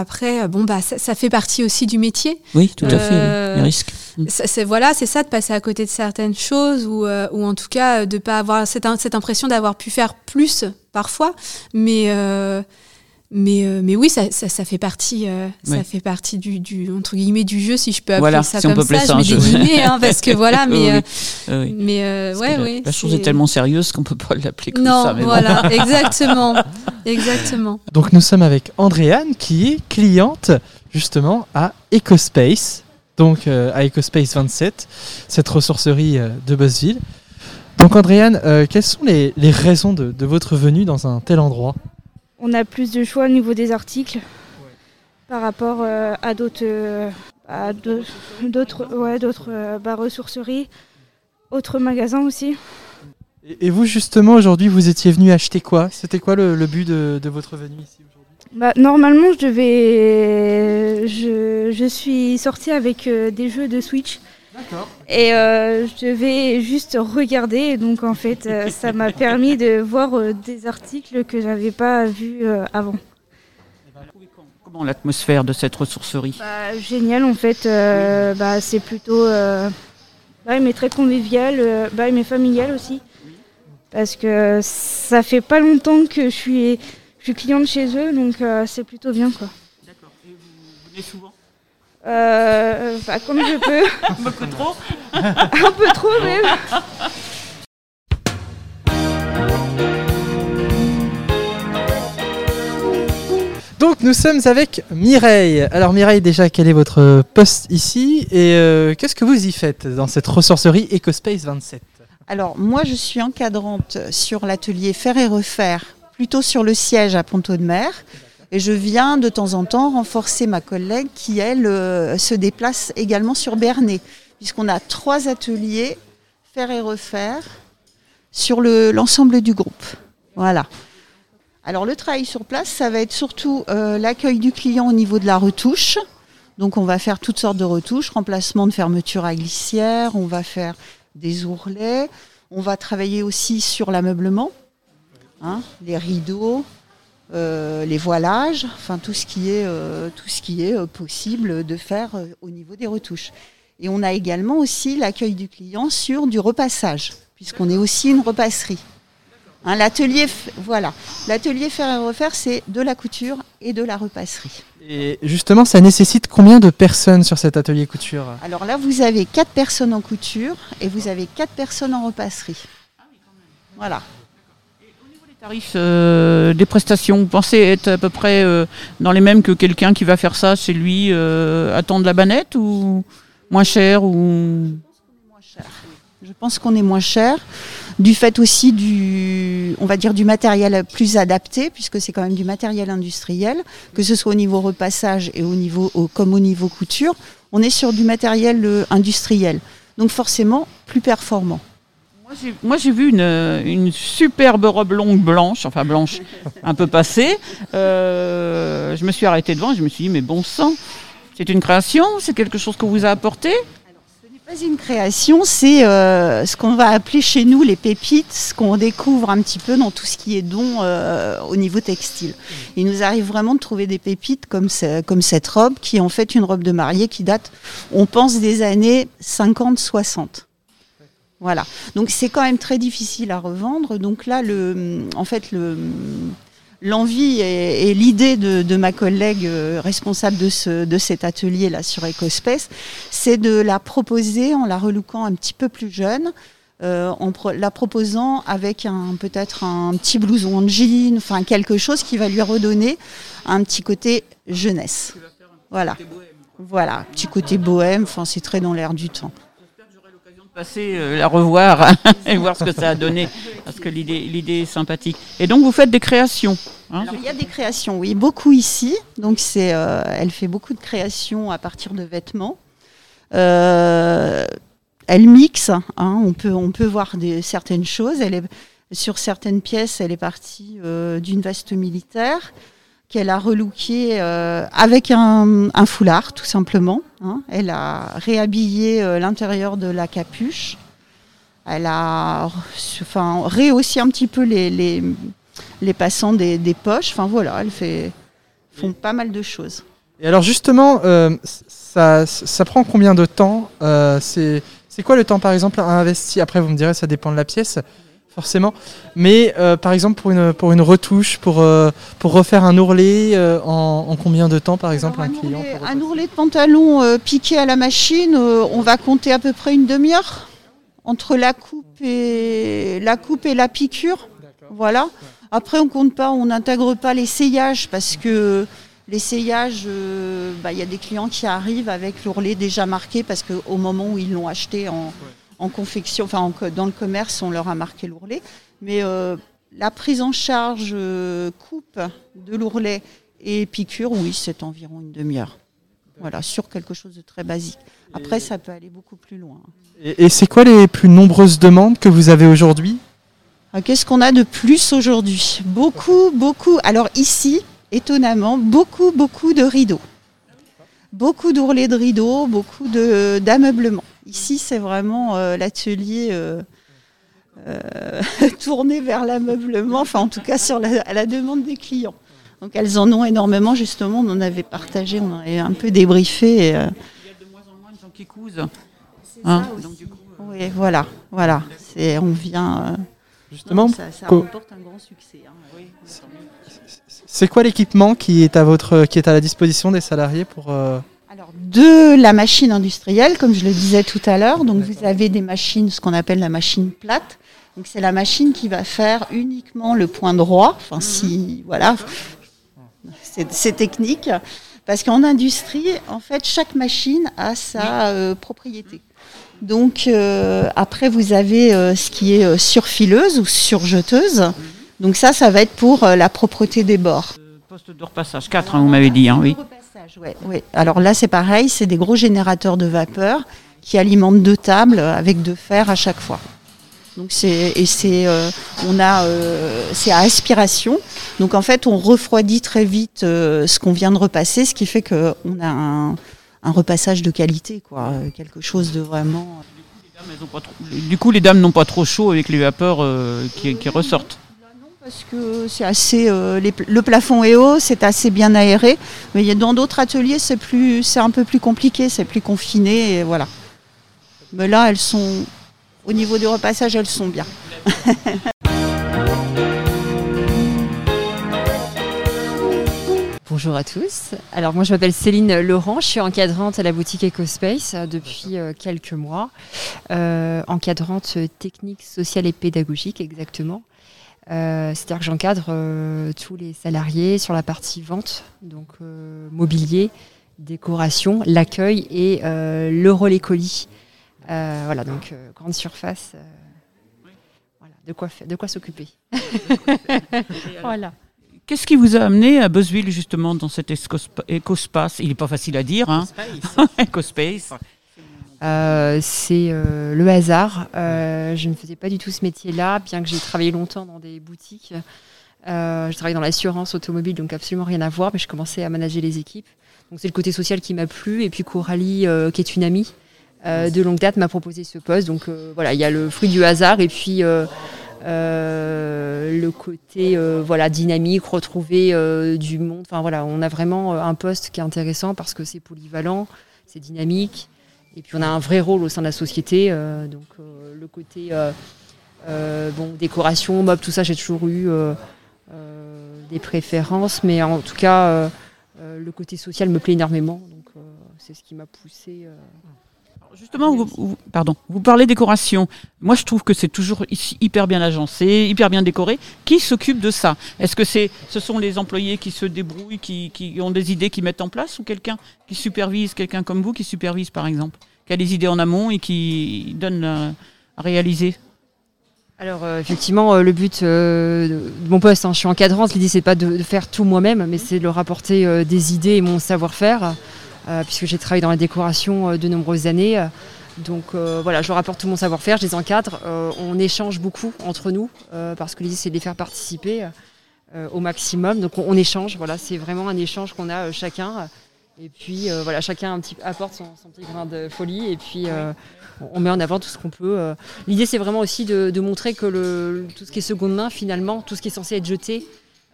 ça fait partie aussi du métier. Oui, tout à fait. Les risques. C'est ça, de passer à côté de certaines choses ou en tout cas de pas avoir cette impression d'avoir pu faire plus parfois. Mais oui, ça fait partie. Ça fait partie du entre guillemets du jeu, si je peux appeler ça comme ça. Je mets des guillemets, parce que voilà. La chose est tellement sérieuse qu'on peut pas l'appeler comme ça. Non, voilà, exactement. Donc nous sommes avec Andréane qui est cliente justement à Ecospace, donc à Ecospace 27, cette ressourcerie de Bosville. Donc Andréane, quelles sont les raisons de votre venue dans un tel endroit ? On a plus de choix au niveau des articles par rapport à d'autres ressourceries, autres magasins aussi. Et vous justement aujourd'hui, vous étiez venu acheter quoi ? C'était quoi le but de votre venue ici aujourd'hui ? Normalement, je suis sortie avec des jeux de Switch. D'accord. Et je vais juste regarder, donc en fait ça m'a permis de voir des articles que j'avais pas vus avant. Comment l'atmosphère de cette ressourcerie ? Génial en fait, c'est plutôt mais très convivial, mais familial aussi, parce que ça fait pas longtemps que je suis cliente chez eux, donc c'est plutôt bien quoi. D'accord. Et vous venez souvent ? Comme je peux. Beaucoup trop ? Un peu trop même. Donc nous sommes avec Mireille. Alors Mireille, déjà, quel est votre poste ici et qu'est-ce que vous y faites dans cette ressourcerie Ecospace 27 ? Alors moi je suis encadrante sur l'atelier Faire et Refaire, plutôt sur le siège à Pont-Audemer. Et je viens de temps en temps renforcer ma collègue qui, elle, se déplace également sur Bernay, puisqu'on a 3 ateliers Faire et Refaire sur l'ensemble du groupe. Voilà. Alors le travail sur place, ça va être surtout l'accueil du client au niveau de la retouche. Donc on va faire toutes sortes de retouches, remplacement de fermeture à glissière, on va faire des ourlets, on va travailler aussi sur l'ameublement, les rideaux, les voilages, enfin tout ce qui est possible de faire au niveau des retouches. Et on a également aussi l'accueil du client sur du repassage, puisqu'on est aussi une repasserie. L'atelier faire et refaire, c'est de la couture et de la repasserie. Et justement, ça nécessite combien de personnes sur cet atelier couture ? Alors là, vous avez 4 personnes en couture et vous avez 4 personnes en repasserie. Voilà. Tarifs des prestations, vous pensez être à peu près dans les mêmes que quelqu'un qui va faire ça chez lui, attendre la banette ou moins cher ou... Je pense qu'on est moins cher, du fait aussi du matériel plus adapté, puisque c'est quand même du matériel industriel, que ce soit au niveau repassage et comme au niveau couture, on est sur du matériel industriel, donc forcément plus performant. Moi j'ai vu une superbe robe longue blanche, un peu passée. Je me suis arrêtée devant et je me suis dit mais bon sang, c'est une création, c'est quelque chose qu'on vous a apporté ? Alors ce n'est pas une création, c'est ce qu'on va appeler chez nous les pépites, ce qu'on découvre un petit peu dans tout ce qui est don au niveau textile. Il nous arrive vraiment de trouver des pépites comme cette robe qui est en fait une robe de mariée qui date, on pense, des années 50-60. Voilà, donc c'est quand même très difficile à revendre. Donc là, l'envie et l'idée de ma collègue responsable de cet atelier là sur Ecospace, c'est de la proposer en la relookant un petit peu plus jeune, en la proposant avec peut-être un petit blouson en jean, enfin quelque chose qui va lui redonner un petit côté jeunesse. Voilà, petit côté bohème. Enfin, c'est très dans l'air du temps. Passer la revoir et voir ce que ça a donné, parce que l'idée est sympathique. Et donc vous faites des créations. Alors, il y a des créations, oui, beaucoup ici. Donc elle fait beaucoup de créations à partir de vêtements. Elle mixe, on peut voir certaines choses. Sur certaines pièces, elle est partie d'une veste militaire qu'elle a relooké avec un foulard, tout simplement. Elle a réhabillé l'intérieur de la capuche. Elle a rehaussé un petit peu les passants des poches. Enfin voilà, font pas mal de choses. Et alors justement, ça prend combien de temps c'est quoi le temps, par exemple, investi ? Après, vous me direz, ça dépend de la pièce. Forcément, mais par exemple pour une retouche, pour refaire un ourlet, en combien de temps par exemple un ourlet de pantalon piqué à la machine, on va compter à peu près une demi-heure entre la coupe et la piqûre. D'accord. Voilà. Ouais. Après on n'intègre pas l'essayage parce que l'essayage, y a des clients qui arrivent avec l'ourlet déjà marqué parce qu'au moment où ils l'ont acheté en confection, dans le commerce, on leur a marqué l'ourlet. Mais la prise en charge coupe de l'ourlet et piqûre, oui, c'est environ une demi-heure. Voilà, sur quelque chose de très basique. Après, ça peut aller beaucoup plus loin. Et c'est quoi les plus nombreuses demandes que vous avez aujourd'hui ? Qu'est-ce qu'on a de plus aujourd'hui ? Beaucoup. Alors ici, étonnamment, beaucoup de rideaux. Beaucoup d'ourlets de rideaux, beaucoup d'ameublement. Ici, c'est vraiment l'atelier tourné vers l'ameublement, en tout cas à la demande des clients. Donc elles en ont énormément, justement, on en avait partagé, on en avait un peu débriefé. Il y a de moins en moins de gens qui cousent. C'est ça aussi. Donc, du coup, oui, voilà. On vient... Justement, ça remporte un grand succès. Oui, c'est quoi l'équipement qui est à la disposition des salariés pour... Alors, de la machine industrielle, comme je le disais tout à l'heure. Donc, vous avez des machines, ce qu'on appelle la machine plate. Donc, c'est la machine qui va faire uniquement le point droit. Voilà, c'est technique. Parce qu'en industrie, en fait, chaque machine a sa propriété. Donc, après, vous avez ce qui est surfileuse ou surjeteuse. Donc, ça va être pour la propreté des bords. Poste de repassage 4, vous m'avez dit, oui. Oui. Alors là, c'est pareil, c'est des gros générateurs de vapeur qui alimentent 2 tables avec 2 fers à chaque fois. Donc c'est à aspiration. Donc en fait, on refroidit très vite ce qu'on vient de repasser, ce qui fait qu'on a un repassage de qualité, quoi, quelque chose de vraiment. Du coup, les dames n'ont pas trop chaud avec les vapeurs qui ressortent. Non, parce que c'est assez. Le plafond est haut, c'est assez bien aéré. Mais dans d'autres ateliers, c'est un peu plus compliqué, c'est plus confiné, et voilà. Mais là, elles sont. Au niveau du repassage, elles sont bien. Bonjour à tous. Alors moi je m'appelle Céline Laurent, je suis encadrante à la boutique EcoSpace depuis quelques mois. Encadrante technique, sociale et pédagogique exactement. C'est-à-dire que j'encadre tous les salariés sur la partie vente, donc mobilier, décoration, l'accueil et le relais colis. Voilà, donc grande surface, voilà, de quoi s'occuper. Voilà. Qu'est-ce qui vous a amené à Boswil justement dans cet EcoSpace? Il n'est pas facile à dire, hein. EcoSpace. C'est le hasard. Je ne faisais pas du tout ce métier-là, bien que j'ai travaillé longtemps dans des boutiques. J'ai travaillé dans l'assurance automobile, donc absolument rien à voir, mais je commençais à manager les équipes. Donc c'est le côté social qui m'a plu, et puis Coralie, qui est une amie de longue date, m'a proposé ce poste. Donc voilà, il y a le fruit du hasard, et puis le côté dynamique, retrouver du monde. Enfin voilà, on a vraiment un poste qui est intéressant parce que c'est polyvalent, c'est dynamique, et puis on a un vrai rôle au sein de la société. Donc le côté décoration, meubles, tout ça, j'ai toujours eu des préférences, mais en tout cas le côté social me plaît énormément. Donc c'est ce qui m'a poussée. Justement, vous parlez décoration. Moi, je trouve que c'est toujours hyper bien agencé, hyper bien décoré. Qui s'occupe de ça? Est-ce que ce sont les employés qui se débrouillent, qui ont des idées, qui mettent en place, ou quelqu'un qui supervise, quelqu'un comme vous qui supervise par exemple, qui a des idées en amont et qui donne à réaliser? Alors effectivement, le but de mon poste, je suis encadrante, l'idée c'est pas de faire tout moi-même, mais c'est de leur apporter des idées et mon savoir-faire. Puisque j'ai travaillé dans la décoration de nombreuses années. Donc je leur apporte tout mon savoir-faire, je les encadre. On échange beaucoup entre nous, parce que l'idée c'est de les faire participer au maximum. Donc on échange, voilà, c'est vraiment un échange qu'on a chacun. Et puis chacun apporte son petit grain de folie, et puis on met en avant tout ce qu'on peut. L'idée c'est vraiment aussi de montrer que tout ce qui est seconde main, finalement, tout ce qui est censé être jeté,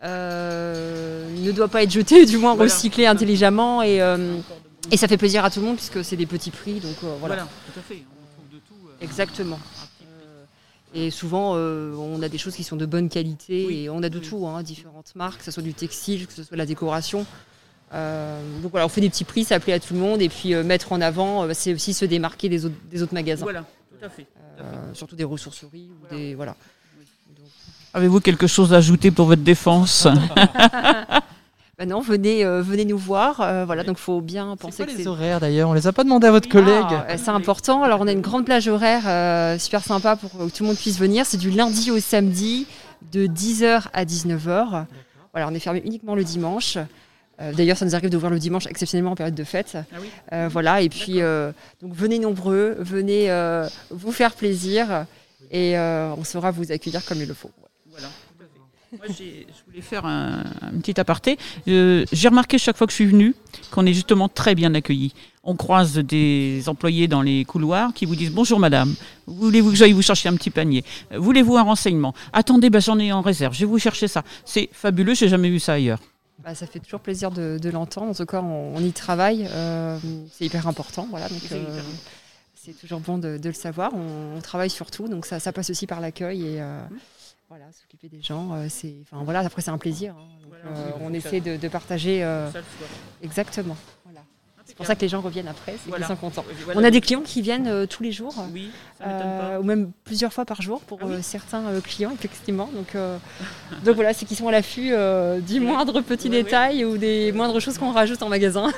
ne doit pas être jeté, du moins recyclé intelligemment, et ça fait plaisir à tout le monde puisque c'est des petits prix, donc voilà. Tout à fait, on trouve de tout. Exactement. Et souvent on a des choses qui sont de bonne qualité, et on a de tout, différentes marques, que ce soit du textile, que ce soit de la décoration. Donc voilà, on fait des petits prix, ça plaît à tout le monde, et puis mettre en avant, c'est aussi se démarquer des autres magasins. Voilà, tout à fait. Surtout des ressourceries ou des voilà. Avez-vous quelque chose à ajouter pour votre défense? Non, venez nous voir. Donc il faut bien penser que les horaires d'ailleurs, on les a pas demandé à votre collègue. C'est important. Alors on a une grande plage horaire super sympa pour que tout le monde puisse venir. C'est du lundi au samedi de 10h à 19h. Voilà, on est fermé uniquement le dimanche. D'ailleurs, ça nous arrive d'ouvrir le dimanche exceptionnellement en période de fête. Ah oui. Et puis donc venez nombreux, venez vous faire plaisir, et on saura vous accueillir comme il le faut. Voilà. Moi, je voulais faire un petit aparté. J'ai remarqué chaque fois que je suis venue qu'on est justement très bien accueillis. On croise des employés dans les couloirs qui vous disent « Bonjour madame, voulez-vous que j'aille vous chercher un petit panier? Voulez-vous un renseignement? Attendez, j'en ai en réserve, je vais vous chercher ça. » C'est fabuleux, je n'ai jamais vu ça ailleurs. Ça fait toujours plaisir de l'entendre. En tout cas, on y travaille. C'est hyper important. Voilà, donc, c'est toujours bon de le savoir. On travaille sur tout, donc ça passe aussi par l'accueil, et s'occuper des gens. Après c'est un plaisir. On essaie de partager. Exactement. Voilà. C'est pour ça que les gens reviennent après, qu'ils sont contents. On a des clients qui viennent tous les jours, ou même plusieurs fois par jour pour certains clients, effectivement. Donc voilà, c'est qu'ils sont à l'affût du moindre petit détail ou des moindres choses qu'on rajoute en magasin.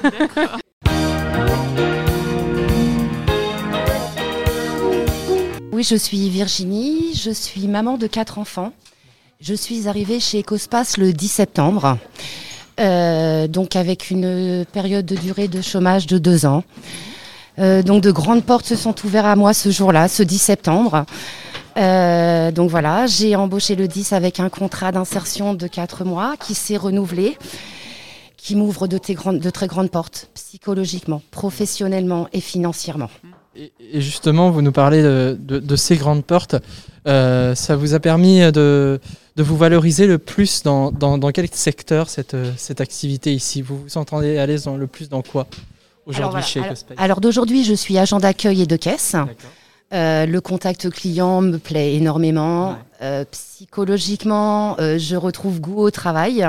Oui, je suis Virginie, je suis maman de 4 enfants. Je suis arrivée chez EcoSpace le 10 septembre. Donc avec une période de durée de chômage de 2 ans. Donc de grandes portes se sont ouvertes à moi ce jour-là, ce 10 septembre. Donc voilà, j'ai embauché le 10 avec un contrat d'insertion de 4 mois qui s'est renouvelé, qui m'ouvre de très grandes portes, psychologiquement, professionnellement et financièrement. Et justement, vous nous parlez de ces grandes portes. Ça vous a permis de vous valoriser le plus dans quel secteur cette activité ici? Vous vous entendez à l'aise le plus dans quoi aujourd'hui chez EcoSpace? Alors d'aujourd'hui, je suis agent d'accueil et de caisse. Le contact client me plaît énormément. Psychologiquement, je retrouve goût au travail.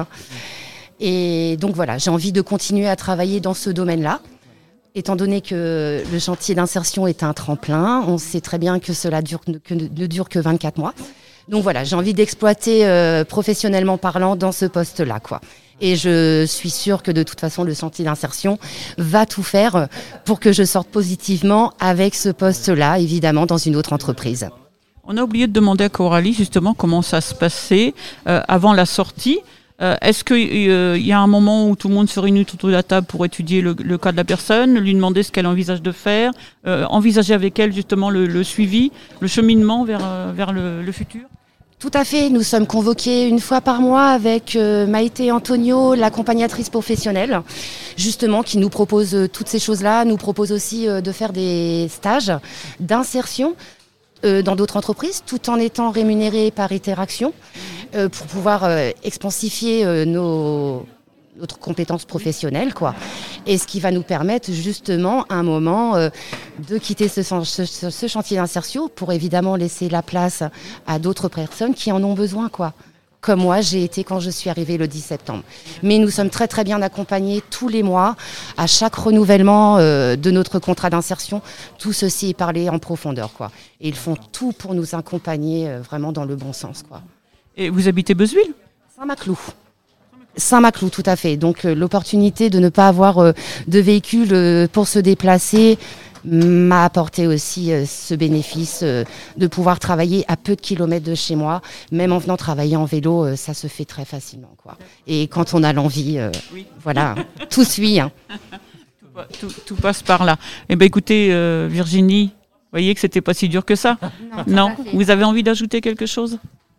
Et donc voilà, j'ai envie de continuer à travailler dans ce domaine-là. Étant donné que le chantier d'insertion est un tremplin, on sait très bien que cela ne dure que 24 mois. Donc voilà, j'ai envie d'exploiter professionnellement parlant dans ce poste-là, quoi. Et je suis sûre que de toute façon, le chantier d'insertion va tout faire pour que je sorte positivement avec ce poste-là, évidemment, dans une autre entreprise. On a oublié de demander à Coralie justement comment ça se passait avant la sortie. Est-ce qu'il y a un moment où tout le monde se réunit autour de la table pour étudier le cas de la personne, lui demander ce qu'elle envisage de faire, envisager avec elle justement le suivi, le cheminement vers le futur? Tout à fait, nous sommes convoqués une fois par mois avec Maïté Antonio, l'accompagnatrice professionnelle, justement qui nous propose toutes ces choses-là, nous propose aussi de faire des stages d'insertion dans d'autres entreprises, tout en étant rémunérés par Interaction, pour pouvoir expansifier notre compétence professionnelle, quoi. Et ce qui va nous permettre justement à un moment de quitter ce chantier d'insertion pour évidemment laisser la place à d'autres personnes qui en ont besoin, quoi. Comme moi, j'ai été quand je suis arrivée le 10 septembre. Mais nous sommes très très bien accompagnés tous les mois, à chaque renouvellement de notre contrat d'insertion. Tout ceci est parlé en profondeur, quoi. Et ils font tout pour nous accompagner vraiment dans le bon sens, quoi. Et vous habitez Beuzeville ? Saint-Maclou, tout à fait. Donc l'opportunité de ne pas avoir de véhicule pour se déplacer m'a apporté aussi ce bénéfice de pouvoir travailler à peu de kilomètres de chez moi. Même en venant travailler en vélo, ça se fait très facilement, quoi. Et quand on a l'envie, voilà, tout suit. Hein. Tout passe par là. Eh bien écoutez, Virginie, vous voyez que c'était pas si dur que ça? Non. Vous avez envie d'ajouter quelque chose?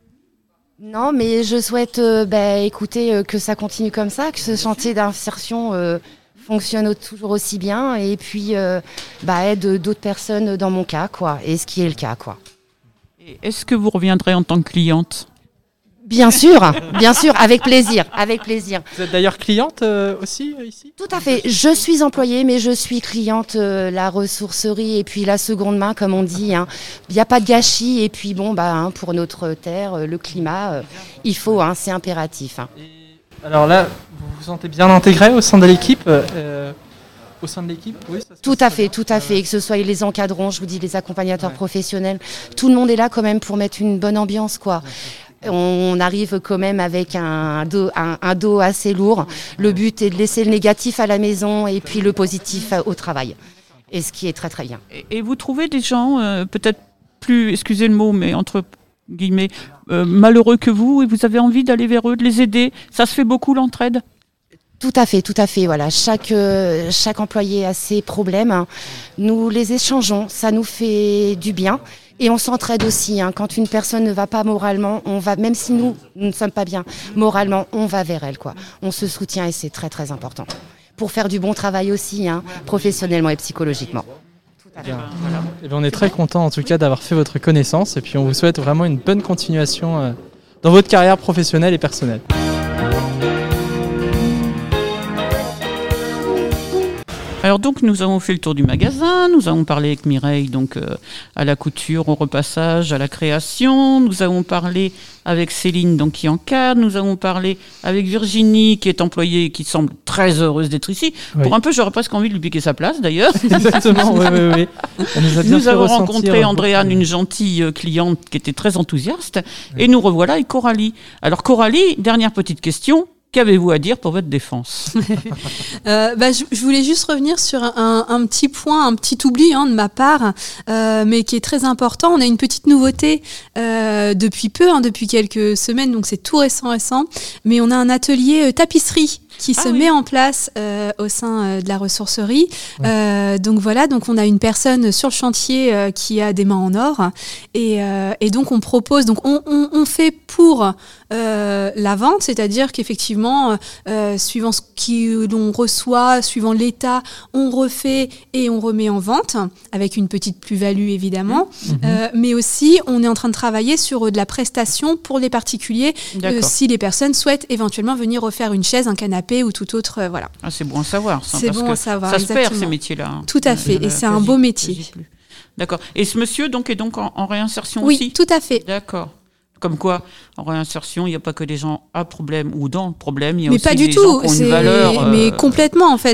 Non, mais je souhaite écoutez, que ça continue comme ça, que ce chantier d'insertion fonctionne toujours aussi bien et puis aide d'autres personnes dans mon cas, quoi, et ce qui est le cas, quoi. Et est-ce que vous reviendrez en tant que cliente ? Bien sûr, avec plaisir. Vous êtes d'ailleurs cliente aussi ici ? Tout à fait. Je suis employée, mais je suis cliente, la ressourcerie et puis la seconde main, comme on dit. Hein. Il n'y a pas de gâchis et puis pour notre terre, le climat, il faut, c'est impératif. Hein. Alors là, vous vous sentez bien intégrée au sein de l'équipe oui, tout à fait, que ce soit les encadrants, je vous dis, les accompagnateurs professionnels, tout le monde est là quand même pour mettre une bonne ambiance, quoi. On arrive quand même avec un dos assez lourd. Le but est de laisser le négatif à la maison et puis le positif au travail. Et ce qui est très très bien. Et vous trouvez des gens peut-être plus, excusez le mot, mais entre guillemets, malheureux que vous, et vous avez envie d'aller vers eux, de les aider? Ça se fait beaucoup, l'entraide? Tout à fait. Voilà, chaque employé a ses problèmes. Hein. Nous les échangeons, ça nous fait du bien. Et on s'entraide aussi. Hein. Quand une personne ne va pas moralement, on va, même si nous ne sommes pas bien moralement, on va vers elle, quoi. On se soutient et c'est très très important. Pour faire du bon travail aussi, professionnellement et psychologiquement. Tout à fait. Et bien, on est très content en tout cas d'avoir fait votre connaissance et puis on vous souhaite vraiment une bonne continuation dans votre carrière professionnelle et personnelle. Alors donc nous avons fait le tour du magasin, nous avons parlé avec Mireille donc à la couture, au repassage, à la création, nous avons parlé avec Céline donc qui encadre, nous avons parlé avec Virginie qui est employée et qui semble très heureuse d'être ici. Oui. Pour un peu, j'aurais presque envie de lui piquer sa place d'ailleurs. Exactement, oui. Nous avons rencontré Andréane, une gentille cliente qui était très enthousiaste, et nous revoilà avec Coralie. Alors Coralie, dernière petite question. Qu'avez-vous à dire pour votre défense? Je voulais juste revenir sur un petit point, un petit oubli de ma part, mais qui est très important. On a une petite nouveauté depuis peu, depuis quelques semaines, donc c'est tout récent, mais on a un atelier tapisserie qui se met en place au sein de la ressourcerie. Donc voilà, donc on a une personne sur le chantier qui a des mains en or et donc on propose, donc on fait pour la vente, c'est-à-dire qu'effectivement, suivant ce l'on reçoit, suivant l'état, on refait et on remet en vente avec une petite plus-value évidemment, mais aussi on est en train de travailler sur de la prestation pour les particuliers si les personnes souhaitent éventuellement venir refaire une chaise, un canapé ou tout autre, voilà. Ah, c'est bon à savoir. Ça, c'est parce bon que à savoir. Ça se perd ces métiers-là. Hein. Tout à fait, et c'est un beau métier. D'accord. Et ce monsieur est donc en réinsertion aussi ? Oui, tout à fait. D'accord. Comme quoi, en réinsertion, il n'y a pas que des gens à problème ou dans le problème, il y a mais aussi pas du des tout. gens qui ont une valeur. Mais complètement, en fait.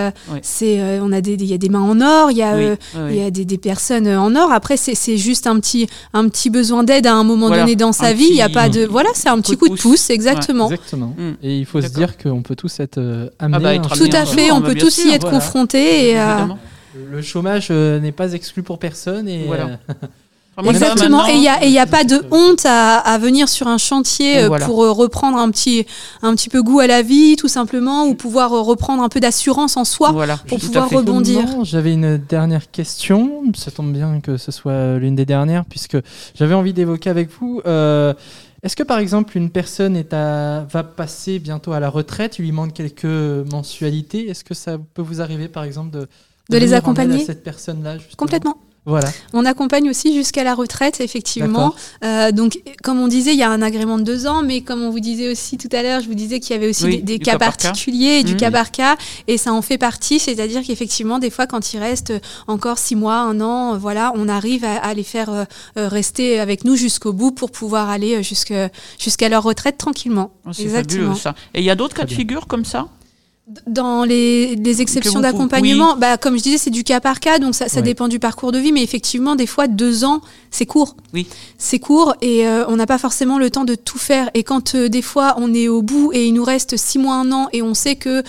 On a il y a des mains en or, il y a des personnes en or. Après, c'est juste un petit besoin d'aide à un moment donné dans sa vie. Il y a pas de, c'est un petit coup de pouce, exactement. Ouais. Exactement. Et il faut se dire qu'on peut tous être amenés. Tout à fait, on peut tous y être confrontés. Le chômage n'est pas exclu pour personne. Et exactement, et il n'y a pas de honte à venir sur un chantier pour reprendre un petit peu goût à la vie, tout simplement, ou pouvoir reprendre un peu d'assurance en soi pour pouvoir rebondir. J'avais une dernière question, ça tombe bien que ce soit l'une des dernières, puisque j'avais envie d'évoquer avec vous. Est-ce que par exemple une personne va passer bientôt à la retraite, il lui manque quelques mensualités, est-ce que ça peut vous arriver par exemple de les accompagner à cette personne-là justement ? Complètement. Voilà. On accompagne aussi jusqu'à la retraite, effectivement. Donc, comme on disait, il y a un agrément de 2 ans, mais comme on vous disait aussi tout à l'heure, je vous disais qu'il y avait aussi des cas particuliers, du cas par cas, et ça en fait partie. C'est-à-dire qu'effectivement, des fois, quand il reste encore 6 mois, 1 an, on arrive à les faire rester avec nous jusqu'au bout pour pouvoir aller jusqu'à leur retraite tranquillement. C'est fabuleux, ça. Et il y a d'autres cas de figure comme ça ? Dans les exceptions d'accompagnement, comme je disais, c'est du cas par cas, donc ça dépend du parcours de vie, mais effectivement, des fois, 2 ans, c'est court. Oui. C'est court et on n'a pas forcément le temps de tout faire. Et quand des fois, on est au bout et il nous reste 6 mois, 1 an et on sait que...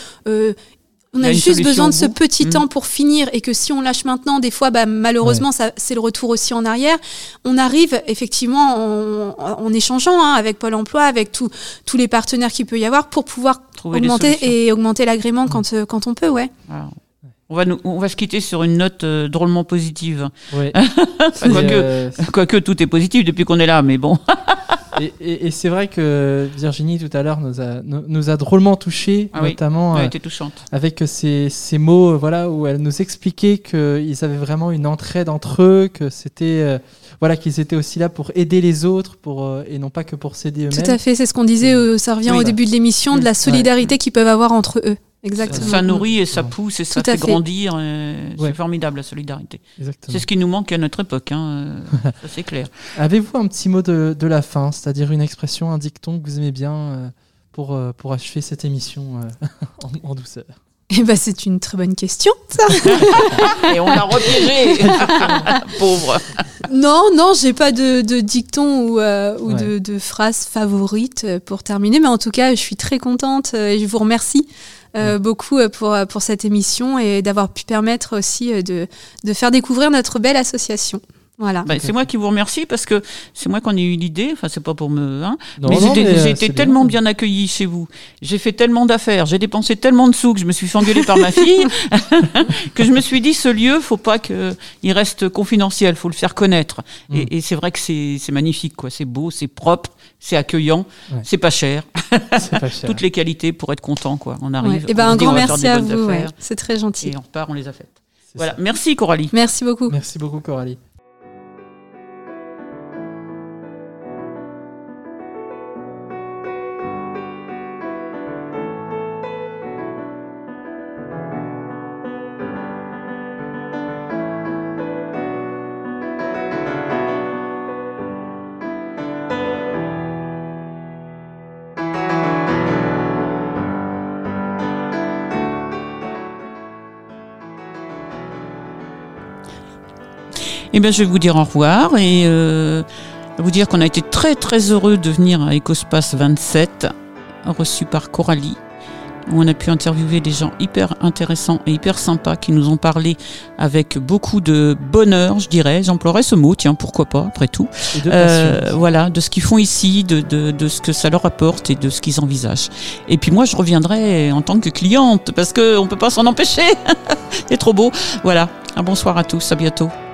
on a juste besoin de ce petit temps pour finir et que si on lâche maintenant, des fois, malheureusement, c'est le retour aussi en arrière. On arrive effectivement en échangeant avec Pôle emploi, avec tous les partenaires qu'il peut y avoir pour pouvoir augmenter l'agrément quand on peut, Alors, on va se quitter sur une note drôlement positive. Ouais. Quoique tout est positif depuis qu'on est là, mais bon. Et c'est vrai que Virginie tout à l'heure nous a drôlement touchés, notamment elle était touchante. Avec ces mots où elle nous expliquait qu'ils avaient vraiment une entraide entre eux, que c'était qu'ils étaient aussi là pour aider les autres et non pas que pour s'aider eux-mêmes. Tout à fait, c'est ce qu'on disait, ça revient au début de l'émission, de la solidarité qu'ils peuvent avoir entre eux. Exactement. Ça nourrit et ça pousse et ça fait grandir. C'est formidable la solidarité. Exactement. C'est ce qui nous manque à notre époque, ça c'est clair. Avez-vous un petit mot de la fin, c'est-à-dire une expression, un dicton que vous aimez bien pour achever cette émission en douceur ? C'est une très bonne question, ça. Et on l'a repiégé. Pauvre. Non, j'ai pas de dicton ou de phrase favorite pour terminer, mais en tout cas, je suis très contente et je vous remercie beaucoup pour cette émission et d'avoir pu permettre aussi de faire découvrir notre belle association. Voilà. C'est moi qui vous remercie parce que c'est moi qui en ai eu l'idée. Enfin, c'est pas pour me. J'ai été tellement bien accueillie chez vous. J'ai fait tellement d'affaires. J'ai dépensé tellement de sous que je me suis fait engueuler par ma fille que je me suis dit ce lieu, faut pas qu'il reste confidentiel. Faut le faire connaître. Et c'est vrai que c'est magnifique, quoi. C'est beau, c'est propre, c'est accueillant, c'est pas cher. C'est pas cher. Toutes les qualités pour être content, quoi. On arrive. Et un grand merci à vous. C'est très gentil. Et on repart, on les a faites. Voilà. Merci Coralie. Merci beaucoup. Merci beaucoup Coralie. Je vais vous dire au revoir et vous dire qu'on a été très très heureux de venir à Ecospace 27, reçu par Coralie. où on a pu interviewer des gens hyper intéressants et hyper sympas qui nous ont parlé avec beaucoup de bonheur, je dirais. J'emploierais ce mot, tiens, pourquoi pas, après tout. Et de passion. Voilà, de ce qu'ils font ici, de ce que ça leur apporte et de ce qu'ils envisagent. Et puis moi, je reviendrai en tant que cliente parce qu'on ne peut pas s'en empêcher. C'est trop beau. Voilà, un bonsoir à tous, à bientôt.